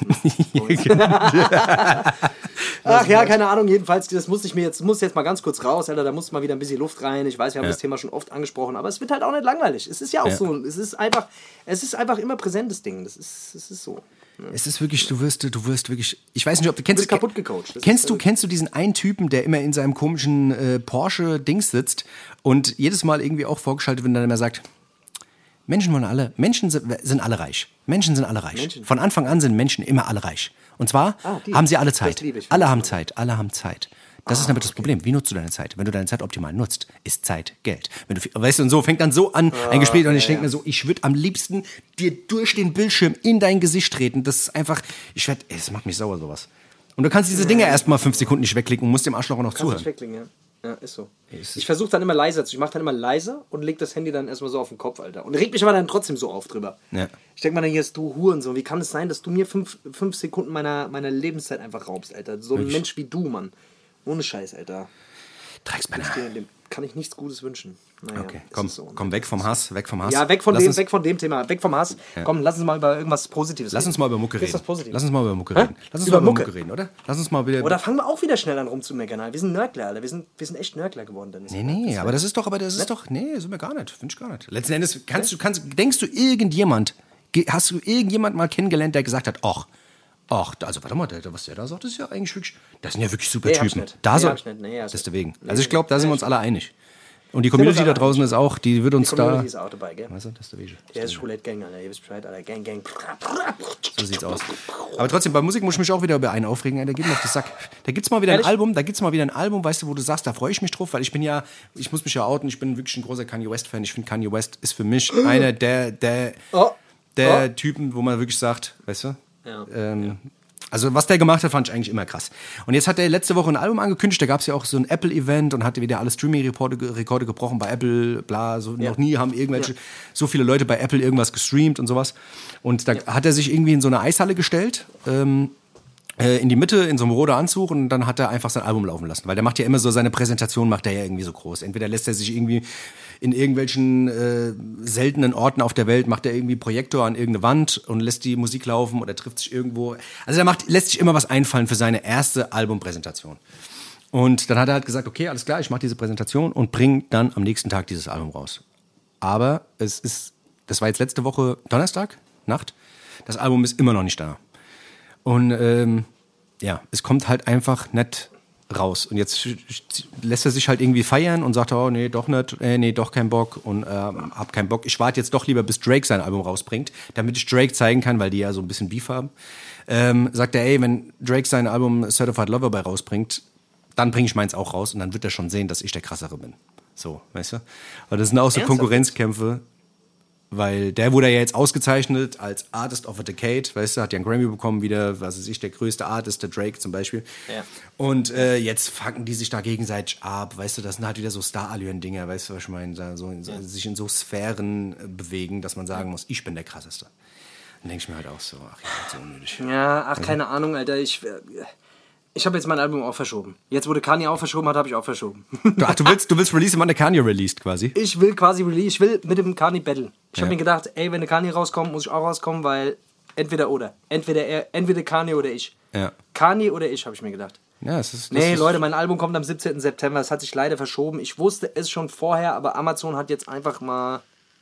B: Ach ja, keine Ahnung, jedenfalls, das muss ich mir jetzt, muss jetzt mal ganz kurz raus, Alter, da muss mal wieder ein bisschen Luft rein. Ich weiß, wir haben
A: Ja.
B: das Thema schon oft angesprochen, aber es wird halt auch nicht langweilig. Es ist ja auch
A: Ja.
B: so, es ist einfach, es ist einfach immer präsentes Ding, das ist, es ist so.
A: Es ist wirklich, du wirst, du wirst wirklich. Ich weiß nicht, ob du kennst.
B: bist kaputt gecoacht. Das
A: Kennst
B: ist,
A: du,
B: äh,
A: kennst du diesen einen Typen, der immer in seinem komischen äh, Porsche-Dings sitzt und jedes Mal irgendwie auch vorgeschaltet wird und dann immer sagt, Menschen wollen alle, Menschen sind, sind alle reich. Menschen sind alle reich.
B: Menschen.
A: Von Anfang an sind Menschen immer alle reich. Und zwar
B: Ah, die.
A: haben sie alle
B: Das
A: Zeit.
B: liebe ich.
A: Alle haben Zeit, alle haben Zeit. Das ist nämlich das Problem. Wie nutzt du deine Zeit? Wenn du deine Zeit optimal nutzt, ist Zeit Geld. Wenn du, viel- weißt du, und so fängt dann so an, ein Gespräch, und ich
B: ja,
A: denke
B: ja.
A: mir so, ich würde am liebsten dir durch den Bildschirm in dein Gesicht treten. Das ist einfach, ich werde, es macht mich sauer, sowas. Und du kannst diese Dinge erst mal fünf Sekunden nicht wegklicken und musst dem Arschloch auch noch
B: Kannst du
A: zuhören.
B: nicht weglegen, ja. Ja, ist so.
A: Ist-
B: Ich versuche dann immer leiser zu. Ich mache dann immer leiser und leg das Handy dann erstmal so auf den Kopf, Alter. Und reg mich aber dann trotzdem so auf drüber.
A: Ja.
B: Ich denke mal dann, hier ist du Hurensohn. Wie kann es sein, dass du mir fünf, fünf Sekunden meiner, meiner Lebenszeit einfach raubst, Alter? So ein Mensch wie du, Mann. Ohne Scheiß, Alter.
A: Dreckspenner.
B: Dem, dem kann ich nichts Gutes wünschen. Naja,
A: Okay,
B: es
A: komm,
B: ist so.
A: komm weg vom Hass, weg vom Hass.
B: Ja, weg von
A: lass
B: dem,
A: uns,
B: weg von dem Thema, weg vom Hass. Komm, lass uns mal über irgendwas Positives
A: Lass
B: reden.
A: uns mal über Mucke
B: Ist das
A: reden.
B: positiv?
A: Lass uns mal über Mucke
B: Hä?
A: reden. Lass uns
B: Über
A: mal über
B: Mucke?
A: Mucke reden, oder? Lass uns mal wieder.
B: Oder fangen wir auch wieder schnell an rumzumeckern, Alter. Wir sind Nörgler, Alter. Wir sind, wir sind echt Nörgler geworden, Dennis.
A: Nee, nee, aber das ist doch, aber das ist doch, nee, sind wir gar nicht. Finde ich gar nicht. Letzten Endes, kannst du, kannst, denkst du irgendjemand, ge- hast du irgendjemand mal kennengelernt, der gesagt hat, ach, ach, also warte mal, der, was der da sagt, ist ja eigentlich wirklich, das sind ja wirklich super
B: Nee, hab ich
A: Typen.
B: nicht.
A: Da
B: Nee,
A: soll,
B: hab ich nicht. Nee, hast du
A: deswegen.
B: nicht.
A: Also ich glaube, da
B: Nee,
A: sind wir
B: nee,
A: uns alle einig. Und die Community
B: uns
A: da
B: alle
A: draußen ist auch, die wird uns
B: Die
A: da,
B: Community ist auch dabei, gell?
A: weißt du, das ist der Wege.
B: Der ist Roulette Gang, Alter. Ihr wisst Bescheid, Alter. Gang, Gang.
A: So sieht's aus. Aber trotzdem, bei Musik muss ich mich auch wieder über einen aufregen, Alter, gib mir auf den Sack. Da gibt's mal wieder ein
B: Ehrlich?
A: Album, da gibt's mal wieder ein Album, weißt du, wo du sagst, da freue ich mich drauf, weil ich bin ja, ich muss mich ja outen, ich bin wirklich ein großer Kanye West-Fan. Ich finde, Kanye West ist für mich einer der, der,
B: Oh.
A: der
B: Oh.
A: Typen, wo man wirklich sagt, weißt du,
B: Ja.
A: ähm, also was der gemacht hat, fand ich eigentlich immer krass. Und jetzt hat er letzte Woche ein Album angekündigt, da gab es ja auch so ein Apple-Event und hatte wieder alle Streaming-Rekorde Rekorde gebrochen bei Apple, bla, so
B: Ja.
A: noch nie haben irgendwelche,
B: Ja.
A: so viele Leute bei Apple irgendwas gestreamt und sowas. Und da hat er sich irgendwie in so eine Eishalle gestellt, ähm, äh, in die Mitte, in so einem roten Anzug und dann hat er einfach sein Album laufen lassen. Weil der macht ja immer so, seine Präsentation macht er ja irgendwie so groß. Entweder lässt er sich irgendwie in irgendwelchen äh, seltenen Orten auf der Welt macht er irgendwie Projektor an irgendeine Wand und lässt die Musik laufen oder trifft sich irgendwo. Also er macht, lässt sich immer was einfallen für seine erste Albumpräsentation. Und dann hat er halt gesagt, okay, alles klar, ich mache diese Präsentation und bringe dann am nächsten Tag dieses Album raus. Aber es ist, das war jetzt letzte Woche Donnerstag, Nacht, das Album ist immer noch nicht da. Und ähm, ja, es kommt halt einfach nicht raus. Und jetzt lässt er sich halt irgendwie feiern und sagt, oh nee, doch nicht, äh, nee, doch kein Bock und äh, hab keinen Bock. Ich warte jetzt doch lieber, bis Drake sein Album rausbringt, damit ich Drake zeigen kann, weil die ja so ein bisschen Beef haben. Ähm, sagt er, ey, wenn Drake sein Album Certified Lover Boy rausbringt, dann bringe ich meins auch raus und dann wird er schon sehen, dass ich der Krassere bin. So, weißt du? Aber das sind auch so
B: Ernsthaft?
A: Konkurrenzkämpfe, weil der wurde ja jetzt ausgezeichnet als Artist of a Decade, weißt du, hat ja einen Grammy bekommen wieder, was weiß ich, der größte Artist, der Drake zum Beispiel.
B: Ja.
A: Und äh, jetzt fucken die sich da gegenseitig ab, weißt du, das sind halt wieder so Star-Allüren-Dinger, weißt du, was ich meine, da so, so,
B: Ja.
A: sich in so Sphären äh, bewegen, dass man sagen muss, ich bin der Krasseste. Dann denke ich mir halt auch so, ach ja, so unnötig.
B: Ja, ach, keine Ahnung, Alter. Ich, äh, ich habe jetzt mein Album auch verschoben. Jetzt, wo der Kanye auch verschoben hat, habe ich auch verschoben.
A: Ach, du willst, du willst releasen, wann der Kanye released quasi?
B: Ich will quasi release, ich will mit dem Kanye battlen. Ich
A: Ja.
B: habe mir gedacht, ey, wenn der Kanye rauskommt, muss ich auch rauskommen, weil entweder oder. Entweder er, entweder Kanye oder ich.
A: Ja.
B: Kanye oder ich, habe ich mir gedacht.
A: Ja, es ist, das
B: Nee,
A: ist,
B: Leute, mein Album kommt am siebzehnten September. Es hat sich leider verschoben. Ich wusste es schon vorher, aber Amazon hat jetzt einfach mal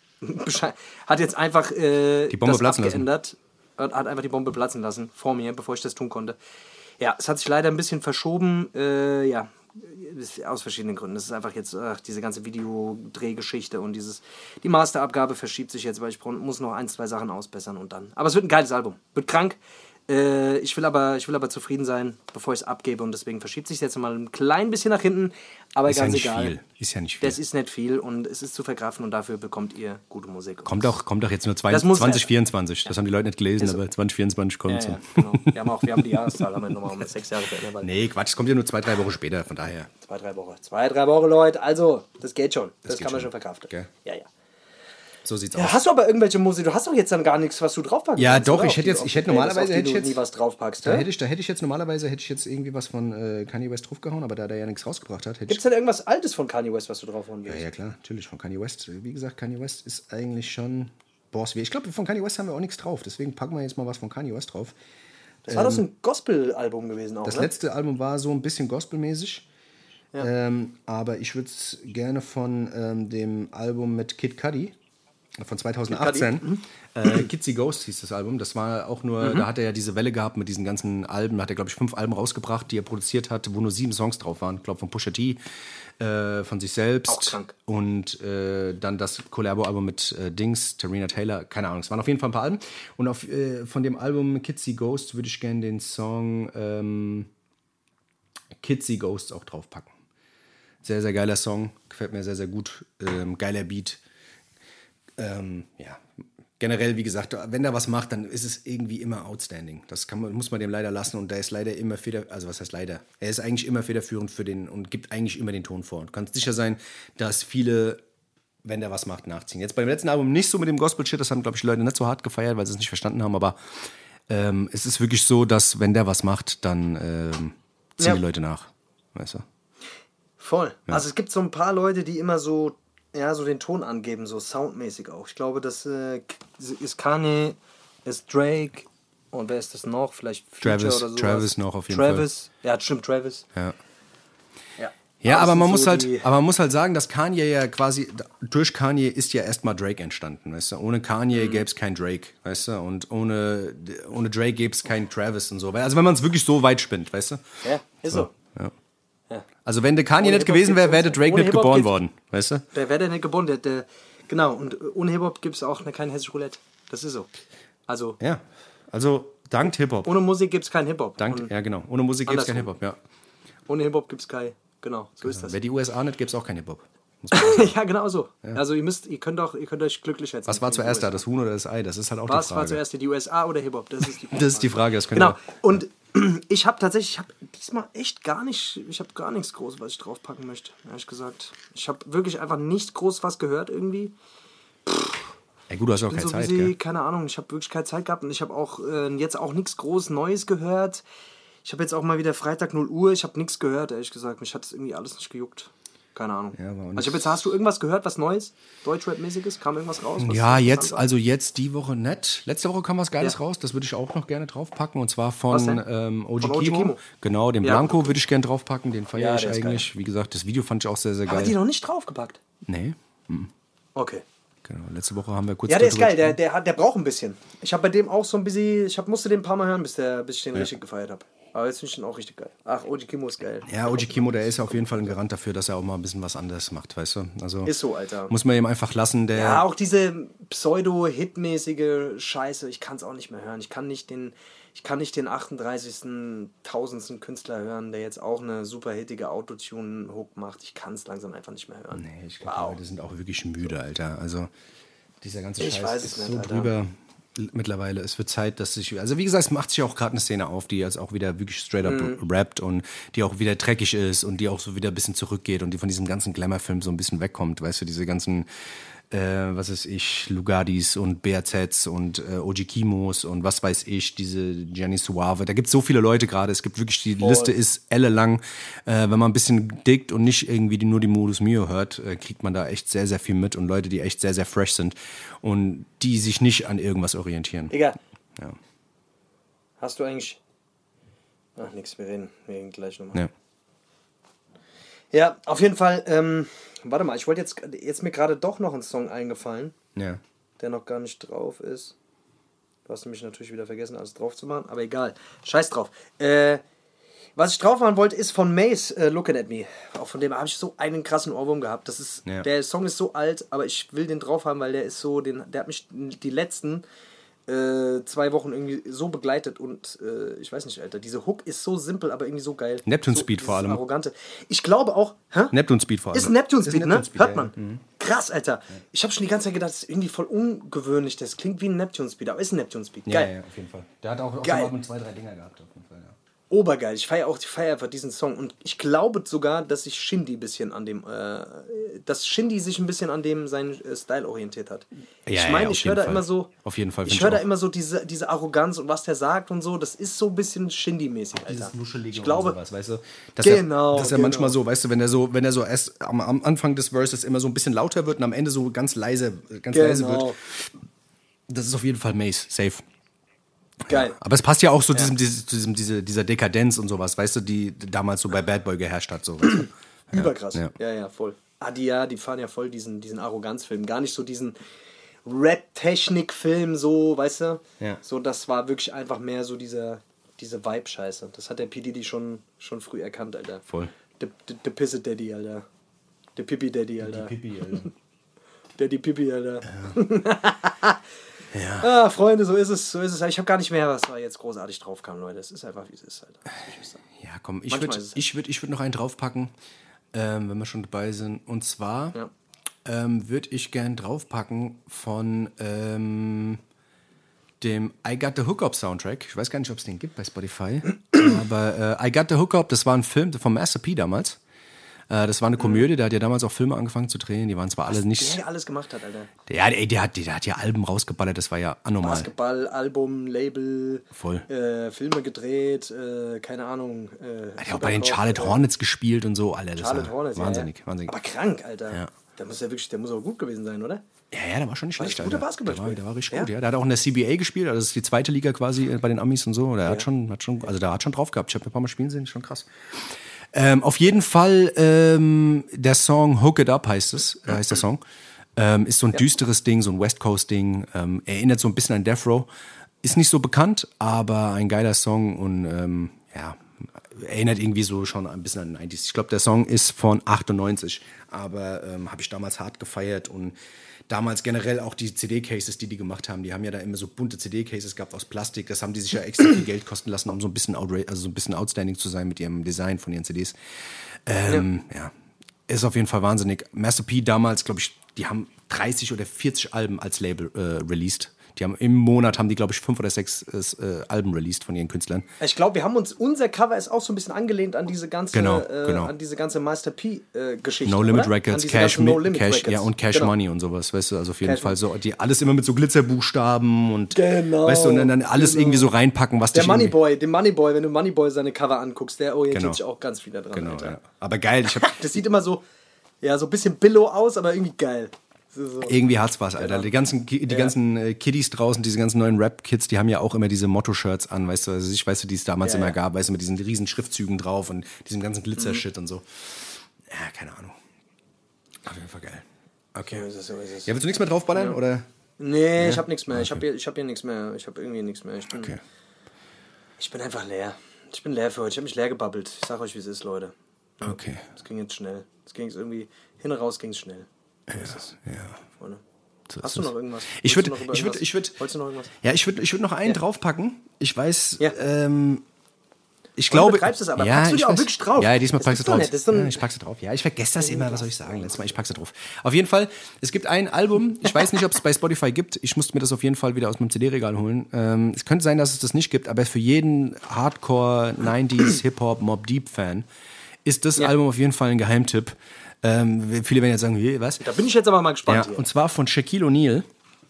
B: hat jetzt einfach äh,
A: Die Bombe
B: das
A: platzen lassen.
B: abgeändert. Hat hat einfach die Bombe platzen lassen vor mir, bevor ich das tun konnte. Ja, es hat sich leider ein bisschen verschoben. Äh, ja, aus verschiedenen Gründen. Das ist einfach jetzt ach, diese ganze Videodrehgeschichte und dieses die Masterabgabe verschiebt sich jetzt, weil ich muss noch ein, zwei Sachen ausbessern und dann. Aber es wird ein geiles Album. Wird krank. Äh, ich will aber, ich will aber zufrieden sein, bevor ich es abgebe und deswegen verschiebt sich jetzt mal ein klein bisschen nach hinten. Aber
A: ist ja
B: ganz
A: nicht
B: egal.
A: viel. Ist ja nicht viel.
B: Das ist nicht viel und es ist zu verkraften und dafür bekommt ihr gute Musik.
A: Kommt doch, kommt doch jetzt nur
B: Das muss
A: zwanzig vierundzwanzig. Das haben die Leute nicht gelesen,
B: Ist so.
A: aber zwanzig vierundzwanzig kommt
B: Ja, ja,
A: so.
B: genau. Wir haben auch, wir haben die Jahreszahl, haben wir nochmal um sechs Jahre verändert. Weil
A: Nee, Quatsch, es kommt ja nur zwei, drei Wochen später, von daher.
B: Zwei, drei Wochen. Zwei, drei Wochen, Leute. Also, das geht schon. Das,
A: geht
B: kann man
A: schon.
B: schon verkraften.
A: Gell?
B: Ja, ja.
A: So sieht's
B: Ja,
A: aus.
B: hast du aber irgendwelche Musik? Du hast doch jetzt dann gar nichts, was du draufpacken
A: Ja,
B: kannst,
A: doch,
B: oder?
A: ich
B: Auf
A: hätte
B: die-
A: jetzt-
B: auf
A: ich
B: die
A: hätte
B: Playlist,
A: normalerweise
B: auf die
A: hätte ich
B: du
A: jetzt-
B: nie was draufpackst.
A: Da
B: hä?
A: hätte ich, da hätte ich jetzt normalerweise hätte ich jetzt irgendwie was von äh, Kanye West draufgehauen, aber da der ja nichts rausgebracht hat, hätte
B: Gibt's
A: ich.
B: denn irgendwas Altes von Kanye West, was du draufhauen
A: Ja,
B: willst?
A: ja, klar, natürlich, von Kanye West. Wie gesagt, Kanye West ist eigentlich schon Boss. Ich glaube, von Kanye West haben wir auch nichts drauf, deswegen packen wir jetzt mal was von Kanye West drauf.
B: Das war doch so ein Gospel-Album gewesen auch,
A: Das
B: ne?
A: letzte Album war so ein bisschen gospelmäßig. Ähm, aber ich würde es gerne von ähm, dem Album mit Kid Cudi von zwanzig achtzehn. Äh, Kitsy Ghost hieß das Album. Das war auch nur,
B: Mhm.
A: da hat er ja diese Welle gehabt mit diesen ganzen Alben. Da hat er, glaube ich, fünf Alben rausgebracht, die er produziert hat, wo nur sieben Songs drauf waren. Ich glaube, von Pusha T, äh, von sich selbst.
B: Auch krank.
A: Und äh, dann das Collabo-Album mit äh, Dings, Tarina Taylor, keine Ahnung. Es waren auf jeden Fall ein paar Alben. Und auf, äh, von dem Album Kitsy Ghost würde ich gerne den Song ähm, Kitsy Ghosts auch draufpacken. Sehr, sehr geiler Song. Gefällt mir sehr, sehr gut. Ähm, geiler Beat. Ähm, ja, generell, wie gesagt, wenn er was macht, dann ist es irgendwie immer outstanding. Das kann man, muss man dem leider lassen und der ist leider immer feder, also was heißt leider? Er ist eigentlich immer federführend für den und gibt eigentlich immer den Ton vor. Du kannst sicher sein, dass viele, wenn der was macht, nachziehen. Jetzt beim letzten Album nicht so mit dem Gospel-Shit, das haben, glaube ich, Leute nicht so hart gefeiert, weil sie es nicht verstanden haben, aber ähm, es ist wirklich so, dass wenn der was macht, dann ähm, ziehen
B: Ja.
A: die Leute nach. Weißt du?
B: Voll. Also es gibt so ein paar Leute, die immer so, ja, so den Ton angeben, so soundmäßig auch. Ich glaube, das äh, ist Kanye, ist Drake und wer ist das noch? Vielleicht Future
A: Travis,
B: oder sowas.
A: Travis noch auf jeden
B: Travis, ja, stimmt, Travis.
A: Ja.
B: Ja,
A: Ja,
B: das
A: aber
B: sind
A: man
B: so
A: muss halt,
B: die-
A: aber man muss halt sagen, dass Kanye ja quasi, durch Kanye ist ja erstmal Drake entstanden, weißt du? Ohne Kanye
B: Mhm.
A: gäbe es kein Drake, weißt du? Und ohne, ohne Drake gäbe es keinen Travis und so. Also wenn man es wirklich so weit spinnt, weißt du?
B: Ja, ist so.
A: Ja.
B: Ja.
A: Also wenn der Kanye
B: Ohne
A: nicht
B: Hip-Hop
A: gewesen wäre,
B: gibt's
A: wäre der
B: uns-
A: Drake
B: ohne
A: nicht
B: Hip-Hop
A: geboren
B: gibt's-
A: worden, weißt du?
B: Der wäre der nicht geboren, der, der, genau, und ohne Hip-Hop gibt es auch ne, kein hessisches Roulette. Das ist so. Also,
A: Ja, also dank Hip-Hop.
B: ohne Musik gibt es kein Hip-Hop.
A: Dank,
B: Und
A: ja genau, ohne Musik gäbe es kein
B: andersrum.
A: Hip-Hop, ja.
B: ohne Hip-Hop gibt es kein, genau, so ist das.
A: Wäre die U S A nicht, gäbe es auch kein Hip-Hop. Muss man sagen.
B: Ja, genau so. Also ihr müsst, ihr könnt auch, ihr könnt euch glücklich schätzen.
A: Was war
B: gegen die
A: zuerst da,
B: U S A.
A: das Huhn oder das Ei? Das ist halt auch
B: Was
A: die
B: war
A: Frage.
B: zuerst die U S A oder Hip-Hop? Das ist die
A: Das ist die Frage, das können
B: Genau.
A: wir...
B: Und ich habe tatsächlich, ich habe diesmal echt gar nicht, ich habe gar nichts groß, was ich draufpacken möchte, ehrlich gesagt. Ich habe wirklich einfach nicht groß was gehört irgendwie.
A: Ja gut, du hast auch
B: Bin
A: keine
B: so
A: Zeit,
B: busy,
A: gell?
B: keine Ahnung, ich habe wirklich keine Zeit gehabt und ich habe auch äh, jetzt auch nichts groß Neues gehört. Ich habe jetzt auch mal wieder Freitag null Uhr, ich habe nichts gehört, ehrlich gesagt. Mich hat es irgendwie alles nicht gejuckt. Keine Ahnung.
A: Ja, war auch
B: also
A: nicht-
B: ich hab jetzt, hast du irgendwas gehört, was Neues? Deutschrap-mäßiges? Kam irgendwas raus? Was
A: Ja, jetzt,
B: interessant war?
A: also jetzt die Woche nicht. Letzte Woche kam was Geiles
B: Ja.
A: raus, das würde ich auch noch gerne draufpacken. Und zwar
B: Was
A: von
B: denn?
A: ähm, O G
B: Von O G
A: Kimo.
B: Kimo.
A: Genau, den
B: Ja.
A: Blanco würde ich gerne draufpacken, den feiere
B: Ja,
A: ich
B: der ist
A: eigentlich. Wie gesagt, das Video fand ich auch sehr, sehr
B: Haben wir die
A: geil.
B: noch nicht draufgepackt?
A: Nee,
B: Okay.
A: genau. Letzte Woche haben wir kurz
B: Ja, der ist
A: drüber
B: geil, der,
A: gesprochen.
B: der, hat, der braucht ein bisschen. Ich habe bei dem auch so ein bisschen, ich hab, musste den ein paar Mal hören, bis, der, bis ich den richtig gefeiert habe. Aber jetzt finde ich den auch richtig geil. Ach, O G Kimo ist geil.
A: Ja, O G Kimo, der ist ja auf jeden Fall ein Garant dafür, dass er auch mal ein bisschen was anderes macht, weißt du? Also
B: Ist so, Alter.
A: muss man ihm einfach lassen, der...
B: Ja, auch diese pseudo-hitmäßige Scheiße, ich kann es auch nicht mehr hören. Ich kann nicht den, ich kann nicht den achtunddreißigsten. tausendsten Künstler hören, der jetzt auch eine super hittige Autotune-Hook macht. Ich kann es langsam einfach nicht mehr hören.
A: Nee, ich glaube,
B: Wow.
A: die Leute sind auch wirklich müde, Alter. Also dieser ganze
B: Ich
A: Scheiß
B: weiß es
A: ist
B: nicht,
A: so
B: Alter.
A: drüber l- mittlerweile. Es wird Zeit, dass sich... Also wie gesagt, es macht sich auch gerade eine Szene auf, die jetzt auch wieder wirklich straight up
B: Mhm.
A: rappt und die auch wieder dreckig ist und die auch so wieder ein bisschen zurückgeht und die von diesem ganzen Glamour-Film so ein bisschen wegkommt. Weißt du, diese ganzen... Äh, was weiß ich, Lugardis und B R Zs und äh, O G Kimos und was weiß ich, diese Gianni Suave. Da gibt es so viele Leute gerade. Es gibt wirklich, die Liste ist ellenlang. Äh, wenn man ein bisschen dickt und nicht irgendwie die, nur die Modus Mio hört, äh, kriegt man da echt sehr, sehr viel mit und Leute, die echt sehr, sehr fresh sind und die sich nicht an irgendwas orientieren.
B: Egal.
A: Ja.
B: Hast du eigentlich... Ach, nix, wir reden, wir reden gleich nochmal.
A: Ja.
B: Ja, auf jeden Fall, ähm, warte mal, ich wollte jetzt, jetzt mir gerade doch noch ein Song eingefallen,
A: Ja.
B: der noch gar nicht drauf ist. Du hast nämlich natürlich wieder vergessen, alles drauf zu machen, aber egal. Scheiß drauf. Äh, was ich drauf machen wollte, ist von Mace, äh, Looking at Me. Auch von dem habe ich so einen krassen Ohrwurm gehabt. Das ist,
A: Ja.
B: der Song ist so alt, aber ich will den drauf haben, weil der ist so, den, der hat mich die letzten äh, zwei Wochen irgendwie so begleitet und äh, ich weiß nicht, Alter, diese Hook ist so simpel, aber irgendwie so geil.
A: Neptune
B: so,
A: Speed vor
B: dieses
A: allem.
B: Arrogante. Ich glaube auch, hä?
A: Neptune Speed vor allem.
B: Ist ein Neptune
A: Ist
B: Speed,
A: ein
B: ne?
A: Neptune Speed,
B: Hört
A: ja,
B: man.
A: ja. Mhm.
B: Krass, Alter. Ich habe schon die ganze Zeit gedacht, das ist irgendwie voll ungewöhnlich. Das klingt wie ein Neptune Speed, aber ist ein Neptune Speed.
A: Ja,
B: Geil.
A: ja, auf jeden Fall. Der hat auch, auch
B: Geil.
A: schon mal mit zwei, drei Dinger gehabt, auf jeden Fall, ja.
B: Obergeil. Ich feiere auch, ich feiere einfach diesen Song. Und ich glaube sogar, dass sich Shindy ein bisschen an dem, äh, dass Shindy sich ein bisschen an dem seinen äh, Style orientiert hat.
A: Ja,
B: ich
A: ja,
B: meine,
A: auf
B: ich höre
A: jeden
B: da
A: Fall.
B: immer so,
A: Auf jeden Fall,
B: ich
A: find
B: höre
A: ich
B: da
A: auch.
B: immer so diese, diese Arroganz und was der sagt und so. Das ist so ein bisschen Shindy-mäßig, Alter.
A: Dieses Nuschelige
B: ich glaube,
A: und sowas, weißt du? Dass
B: Genau,
A: Er, dass er
B: genau.
A: manchmal so, weißt du, wenn er so, wenn er so erst am, am Anfang des Verses immer so ein bisschen lauter wird und am Ende so ganz leise, ganz leise wird.
B: genau.
A: Das ist auf jeden Fall Mace, safe.
B: Geil.
A: Aber es passt ja auch so diesem, diesem, diesem, diese, dieser Dekadenz und sowas, weißt du, die damals so bei Bad Boy geherrscht hat. So, weißt du?
B: Überkrass.
A: Ja.
B: Ja. ja, voll. Ah, die, ja, die fahren ja voll diesen, diesen Arroganzfilm. Gar nicht so diesen Rap-Technik-Film, so, weißt du?
A: Ja.
B: So, das war wirklich einfach mehr so dieser, diese Vibe-Scheiße. Das hat der P. Diddy schon, schon früh erkannt, Alter.
A: Voll.
B: Der der Pisse Daddy, Alter. Der Pipi Daddy, Alter.
A: Pipi, Alter.
B: Daddy Pipi, Alter.
A: Ja.
B: Ah, Freunde, so ist es, so ist es. Ich habe gar nicht mehr, was da jetzt großartig drauf kam, Leute. Es ist einfach, wie es ist, Alter. Das muss ich sagen.
A: Ja, komm, ich
B: Manchmal
A: würde
B: ist es-
A: ich würd, ich würd noch einen draufpacken, ähm, wenn wir schon dabei sind. Und zwar
B: Ja.
A: ähm, würde ich gern draufpacken von ähm, dem I Got the Hookup Soundtrack. Ich weiß gar nicht, ob es den gibt bei Spotify. Aber äh, I Got the Hookup, das war ein Film von Master P damals. Äh, das war eine Komödie, der hat ja damals auch Filme angefangen zu drehen. Die waren zwar alle nicht.
B: Der alles gemacht hat, Alter.
A: Ja, ey, der, hat, der hat ja Alben rausgeballert, das war ja anormal.
B: Basketball, Album, Label,
A: Voll.
B: Äh, Filme gedreht, äh, keine Ahnung. Äh,
A: Hat ja auch bei den Charlotte Hornets gespielt und so, Alter. Das
B: Charlotte
A: war
B: Hornets,
A: wahnsinnig,
B: ja, ja.
A: wahnsinnig.
B: Aber krank, Alter.
A: Ja.
B: Der muss ja wirklich, der muss auch gut gewesen sein, oder?
A: Ja, ja, der war schon nicht
B: War das
A: schlecht,
B: ein guter
A: Alter. Der war,
B: Basketballspieler?
A: der war richtig
B: Ja?
A: gut, ja. Der hat auch in der C B A gespielt, also das ist die zweite Liga quasi äh, bei den Amis und so. Der hat schon, hat schon, also der hat schon drauf gehabt. Ich habe ein paar Mal spielen sehen, schon krass. Ähm, auf jeden Fall, ähm, der Song Hook It Up heißt es, äh, heißt der Song. Ähm, ist so ein düsteres Ding, so ein West Coast Ding. Ähm, erinnert so ein bisschen an Death Row. Ist nicht so bekannt, aber ein geiler Song und ähm, ja, erinnert irgendwie so schon ein bisschen an die neunziger. Ich glaube, der Song ist von achtundneunzig, aber ähm, habe ich damals hart gefeiert und damals generell auch die C D-Cases, die die gemacht haben, die haben ja da immer so bunte C D-Cases gehabt aus Plastik, das haben die sich ja extra viel Geld kosten lassen, um so ein bisschen, outra- also so ein bisschen outstanding zu sein mit ihrem Design von ihren C Ds. Ähm, ja. ja, ist auf jeden Fall wahnsinnig. Master P damals, glaube ich, die haben dreißig oder vierzig Alben als Label äh, released. Die haben im Monat haben die, glaube ich, fünf oder sechs äh, Alben released von ihren Künstlern.
B: Ich glaube, wir haben uns, unser Cover ist auch so ein bisschen angelehnt an diese ganze,
A: Genau,
B: äh,
A: genau.
B: an diese ganze Master P-Geschichte.
A: No Limit
B: oder?
A: Records,
B: An diese
A: Cash,
B: ganzen No
A: Mi-
B: Limit
A: Cash
B: Records.
A: ja, und Cash
B: Genau.
A: Money und sowas, weißt du, also auf jeden
B: Cash
A: Fall so, die alles immer mit so Glitzerbuchstaben und
B: Genau,
A: weißt du, und dann, dann alles
B: genau.
A: irgendwie so reinpacken, was
B: Der
A: dich irgendwie-
B: Moneyboy, den Moneyboy, wenn du Moneyboy seine Cover anguckst, der orientiert
A: Genau.
B: sich auch ganz viel daran,
A: Genau,
B: Alter.
A: ja. Aber geil, ich hab,
B: Das sieht immer so, Ja, so ein bisschen Billow aus, aber irgendwie geil. So, so.
A: Irgendwie hat's was, Alter. Die ganzen, die
B: Ja.
A: ganzen äh, Kiddies draußen, diese ganzen neuen Rap-Kids, die haben ja auch immer diese Motto-Shirts an, weißt du, also ich weiß, die es damals
B: Ja,
A: immer
B: ja.
A: gab, weißt du, mit diesen riesen Schriftzügen drauf und diesem ganzen Glitzer-Shit und so. Ja, keine Ahnung. Auf jeden Fall geil. Okay.
B: So ist es, so ist es.
A: Ja, willst du nichts mehr draufballern, oder?
B: Nee, ich hab nichts mehr. Ich hab hier, ich hab hier nichts mehr. Ich hab irgendwie nichts mehr. Ich bin,
A: Okay.
B: ich bin einfach leer. Ich bin leer für heute. Ich hab mich leer gebabbelt. Ich sag euch, wie es ist, Leute.
A: Okay.
B: Es ging jetzt schnell. Es ging jetzt irgendwie, hin und raus ging es schnell. So ist es,
A: Ja.
B: Freunde.
A: So
B: Hast
A: ist
B: du
A: es.
B: noch irgendwas?
A: Ich
B: Willst
A: würde,
B: du noch über
A: ich würde,
B: irgendwas-
A: ich würde,
B: Wolltest du noch irgendwas?
A: ja, ich würde, ich würde noch einen draufpacken. Ich weiß,
B: Ja.
A: ähm, ich
B: Und
A: glaube,
B: du betreibst es aber.
A: ja,
B: Packst du die
A: ich
B: auch
A: weiß.
B: wirklich drauf?
A: Ja, diesmal
B: Das
A: packst du
B: ist doch
A: drauf.
B: nett, das ist doch ein-
A: Ja, ich pack's da drauf. Ja, ich vergesse das immer, was soll ich sagen? Letztes Mal, ich pack's da drauf. Auf jeden Fall, es gibt ein Album, ich weiß nicht, ob es bei Spotify gibt. Ich musste mir das auf jeden Fall wieder aus meinem C D-Regal holen. Ähm, es könnte sein, dass es das nicht gibt, aber für jeden Hardcore neunziger Hip-Hop Mobb Deep Fan ist das
B: Ja.
A: Album auf jeden Fall ein Geheimtipp. Ähm, viele werden jetzt sagen, wie, was?
B: Da bin ich jetzt aber mal
A: Ja,
B: gespannt hier.
A: und zwar von Shaquille O'Neal.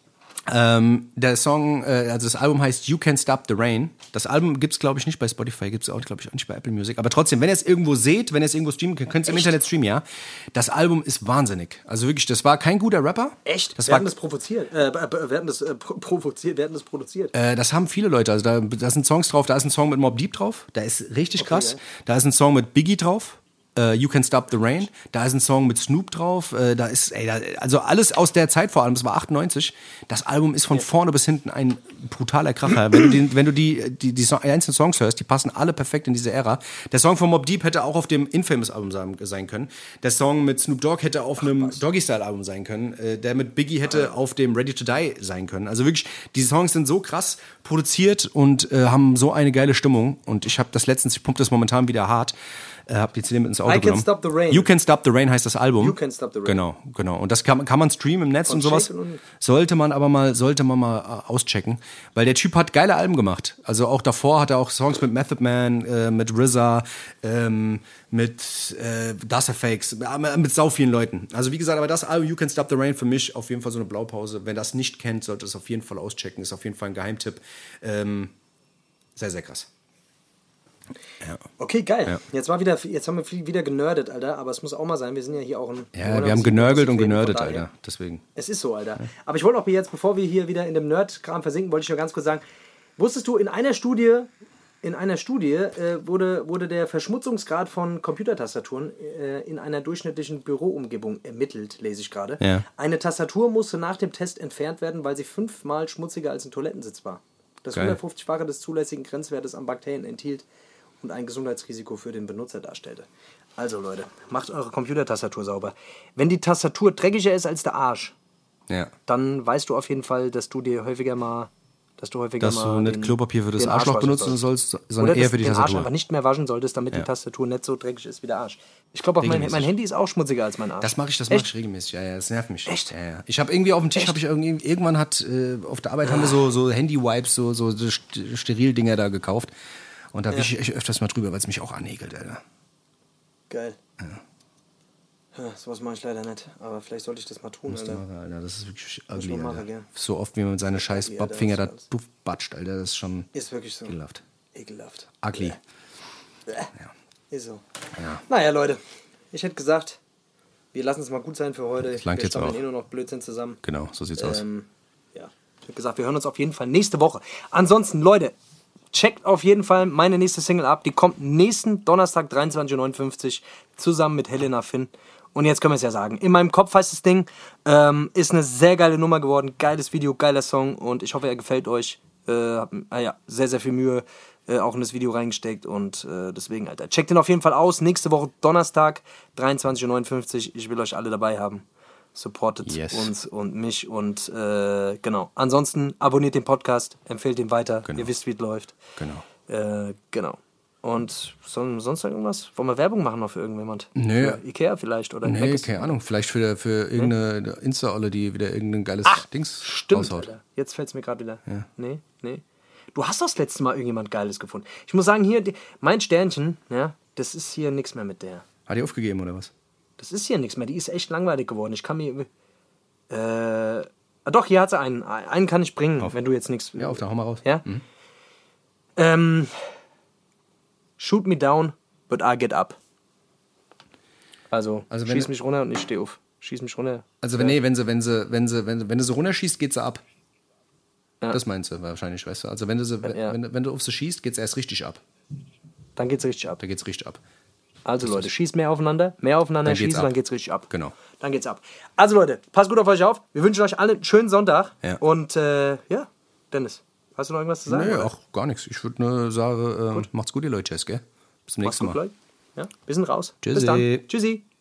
A: Ähm, der Song, äh, also das Album heißt You Can't Stop the Rain. Das Album gibt's glaube ich nicht bei Spotify, gibt's auch glaube ich auch nicht bei Apple Music. Aber trotzdem, wenn ihr es irgendwo seht, wenn ihr es irgendwo streamen könnt, könnt ihr es im Internet streamen, ja. Das Album ist wahnsinnig. Also wirklich, das war kein guter Rapper.
B: Echt?
A: Das
B: wir
A: war,
B: hatten das provoziert. Äh, wir hatten das äh, pro- provoziert. Wir hatten das produziert.
A: äh, das haben viele Leute. Also da, da sind Songs drauf. Da ist ein Song mit Mobb Deep drauf. Der ist richtig
B: Okay,
A: krass.
B: geil.
A: Da ist ein Song mit Biggie drauf. Äh, You Can't Stop the Rain. Da ist ein Song mit Snoop drauf. Äh, da ist, ey, da, also alles aus der Zeit vor allem. Das war achtundneunzig. Das Album ist von vorne bis hinten ein brutaler Kracher. Wenn du die, wenn du die, die, die so- einzelnen Songs hörst, die passen alle perfekt in diese Ära. Der Song von Mobb Deep hätte auch auf dem Infamous-Album sein, sein können. Der Song mit Snoop Dogg hätte auf einem Doggy-Style-Album sein können. Äh, der mit Biggie hätte auf dem Ready to Die sein können. Also wirklich, diese Songs sind so krass produziert und äh, haben so eine geile Stimmung. Und ich habe das letztens, ich pumpe das momentan wieder hart. Äh, hab die C D mit ins Auto
B: I Can't
A: genommen.
B: Stop the Rain.
A: You Can't Stop the Rain heißt das Album.
B: You Can't Stop the Rain.
A: Genau, genau. Und das kann, kann man streamen im Netz
B: Von
A: und sowas.
B: Shape und-
A: Sollte man aber mal, sollte man mal äh, auschecken. Weil der Typ hat geile Alben gemacht. Also auch davor hat er auch Songs mit Method Man, äh, mit R Z A, ähm, mit äh, Dustafakes, äh, mit sau vielen Leuten. Also wie gesagt, aber das Album You Can't Stop the Rain für mich auf jeden Fall so eine Blaupause. Wer das nicht kennt, sollte es auf jeden Fall auschecken. Ist auf jeden Fall ein Geheimtipp. Ähm, sehr, sehr krass. Ja.
B: Okay, geil.
A: Ja.
B: Jetzt, war wieder, jetzt haben wir viel wieder genördet, Alter. Aber es muss auch mal sein. Wir sind ja hier auch ein.
A: Ja, wir haben genörgelt und genördet, Alter. Deswegen.
B: Es ist so, Alter. Aber ich wollte auch jetzt, bevor wir hier wieder in dem Nerd-Kram versinken, wollte ich nur ganz kurz sagen, wusstest du, in einer Studie, in einer Studie äh, wurde, wurde der Verschmutzungsgrad von Computertastaturen äh, in einer durchschnittlichen Büroumgebung ermittelt, lese ich gerade.
A: Ja.
B: Eine Tastatur musste nach dem Test entfernt werden, weil sie fünfmal schmutziger als ein Toilettensitz war. Das
A: Geil.
B: hundertfünfzig-fache des zulässigen Grenzwertes an Bakterien enthielt und ein Gesundheitsrisiko für den Benutzer darstellte. Also Leute, macht eure Computertastatur sauber. Wenn die Tastatur dreckiger ist als der Arsch,
A: Ja.
B: dann weißt du auf jeden Fall, dass du dir häufiger mal, dass du häufiger
A: Dass
B: mal
A: du nicht
B: den-
A: Klopapier für das
B: den Arsch
A: Arschloch
B: waschen
A: benutzen
B: sollst.
A: sollst, sondern
B: Oder
A: eher
B: dass
A: für die
B: den Arsch
A: Tastatur.
B: einfach nicht mehr waschen solltest, damit
A: Ja.
B: die Tastatur nicht so dreckig ist wie der Arsch. Ich glaube, auch mein,
A: Regelmäßig.
B: mein Handy ist auch schmutziger als mein Arsch.
A: Das mache ich, das mache
B: Echt?
A: ich regelmäßig. Ja, ja, das nervt mich.
B: Echt?
A: Ja, ja. Ich habe irgendwie auf dem Tisch, habe ich irgendwie, irgendwann hat, äh, auf der Arbeit haben wir so, so Handy-Wipes, so, so, so St- Sterildinger da gekauft. Und da
B: Ja.
A: wische ich öfters mal drüber, weil es mich auch anekelt, Alter.
B: Geil. Ja, sowas mache ich leider nicht. Aber vielleicht sollte ich das mal tun,
A: Musst du
B: Alter.
A: machen, Alter. Das ist wirklich
B: Muss
A: ugly,
B: man machen,
A: Alter.
B: gell.
A: So oft, wie man mit seine scheiß
B: Ugly, Alter,
A: Bobfinger da
B: das ist
A: duft batscht, Alter. Das ist schon
B: Ist wirklich so.
A: ekelhaft.
B: Ekelhaft.
A: Ugly.
B: Bäh. Ist so.
A: Ja.
B: Naja, Leute. Ich hätte gesagt, wir lassen es mal gut sein für heute.
A: Das langt
B: wir
A: jetzt
B: stammeln
A: auch.
B: eh nur noch Blödsinn zusammen.
A: Genau, so sieht's aus.
B: Ähm, ja. Ich habe gesagt, wir hören uns auf jeden Fall nächste Woche. Ansonsten, Leute, checkt auf jeden Fall meine nächste Single ab. Die kommt nächsten Donnerstag dreiundzwanzig Uhr neunundfünfzig zusammen mit Helena Finn. Und jetzt können wir es ja sagen. In meinem Kopf heißt das Ding. Ähm, ist eine sehr geile Nummer geworden. Geiles Video, geiler Song. Und ich hoffe, er gefällt euch. Äh, hab, ah ja, sehr, sehr viel Mühe äh, auch in das Video reingesteckt. Und äh, deswegen, Alter, checkt den auf jeden Fall aus. Nächste Woche Donnerstag dreiundzwanzig Uhr neunundfünfzig. Ich will euch alle dabei haben. Supportet
A: Yes.
B: uns und mich und äh, genau. Ansonsten abonniert den Podcast, empfehlt ihn weiter.
A: Genau.
B: Ihr wisst, wie es läuft.
A: Genau.
B: Äh, genau. Und son, sonst irgendwas? Wollen wir Werbung machen noch für irgendjemand?
A: Nö.
B: Für Ikea vielleicht oder
A: Nee,
B: Legacy?
A: keine Ahnung. Vielleicht für, für irgendeine Insta-Olle, die wieder irgendein geiles
B: Ach,
A: Dings
B: stimmt,
A: raushaut.
B: Alter. Jetzt fällt es mir gerade wieder.
A: Ja.
B: Nee, nee. Du hast doch das letzte Mal irgendjemand Geiles gefunden. Ich muss sagen, hier, die, mein Sternchen, ja, das ist hier nichts mehr mit der.
A: Hat die aufgegeben, oder was?
B: Das ist hier nichts mehr. Die ist echt langweilig geworden. Ich kann mir... Äh, ah, doch, hier hat sie einen. Einen kann ich bringen,
A: Auf.
B: wenn du jetzt nichts...
A: Ja, auf, da hau mal raus.
B: Ja?
A: Mhm.
B: Ähm, shoot me down, but I get up. Also,
A: Also wenn
B: schieß
A: du-
B: mich runter und ich stehe auf. Schieß mich runter.
A: Also wenn, nee, wenn sie, wenn sie, wenn sie, wenn, wenn du so runterschießt, geht sie ab.
B: Ja.
A: Das meinst du wahrscheinlich, weißt du? Also wenn du, sie,
B: Ja.
A: wenn, wenn du auf sie schießt, geht es erst richtig ab.
B: Dann geht's richtig ab.
A: Da geht's richtig ab.
B: Also Leute, schießt mehr aufeinander, mehr aufeinander
A: Dann geht's
B: schießen,
A: ab.
B: dann geht's richtig ab.
A: Genau.
B: Dann geht's ab. Also Leute, passt gut auf euch auf. Wir wünschen euch allen einen schönen Sonntag.
A: Ja.
B: Und äh, ja, Dennis, hast du noch irgendwas zu sagen?
A: Nee,
B: oder?
A: auch gar nichts. Ich würde nur sagen, äh, macht's gut, ihr Leute, gell? Bis zum
B: Macht's
A: nächsten
B: gut,
A: Mal.
B: Leute. Ja, wir sind raus.
A: Tschüssi.
B: Bis dann. Tschüssi.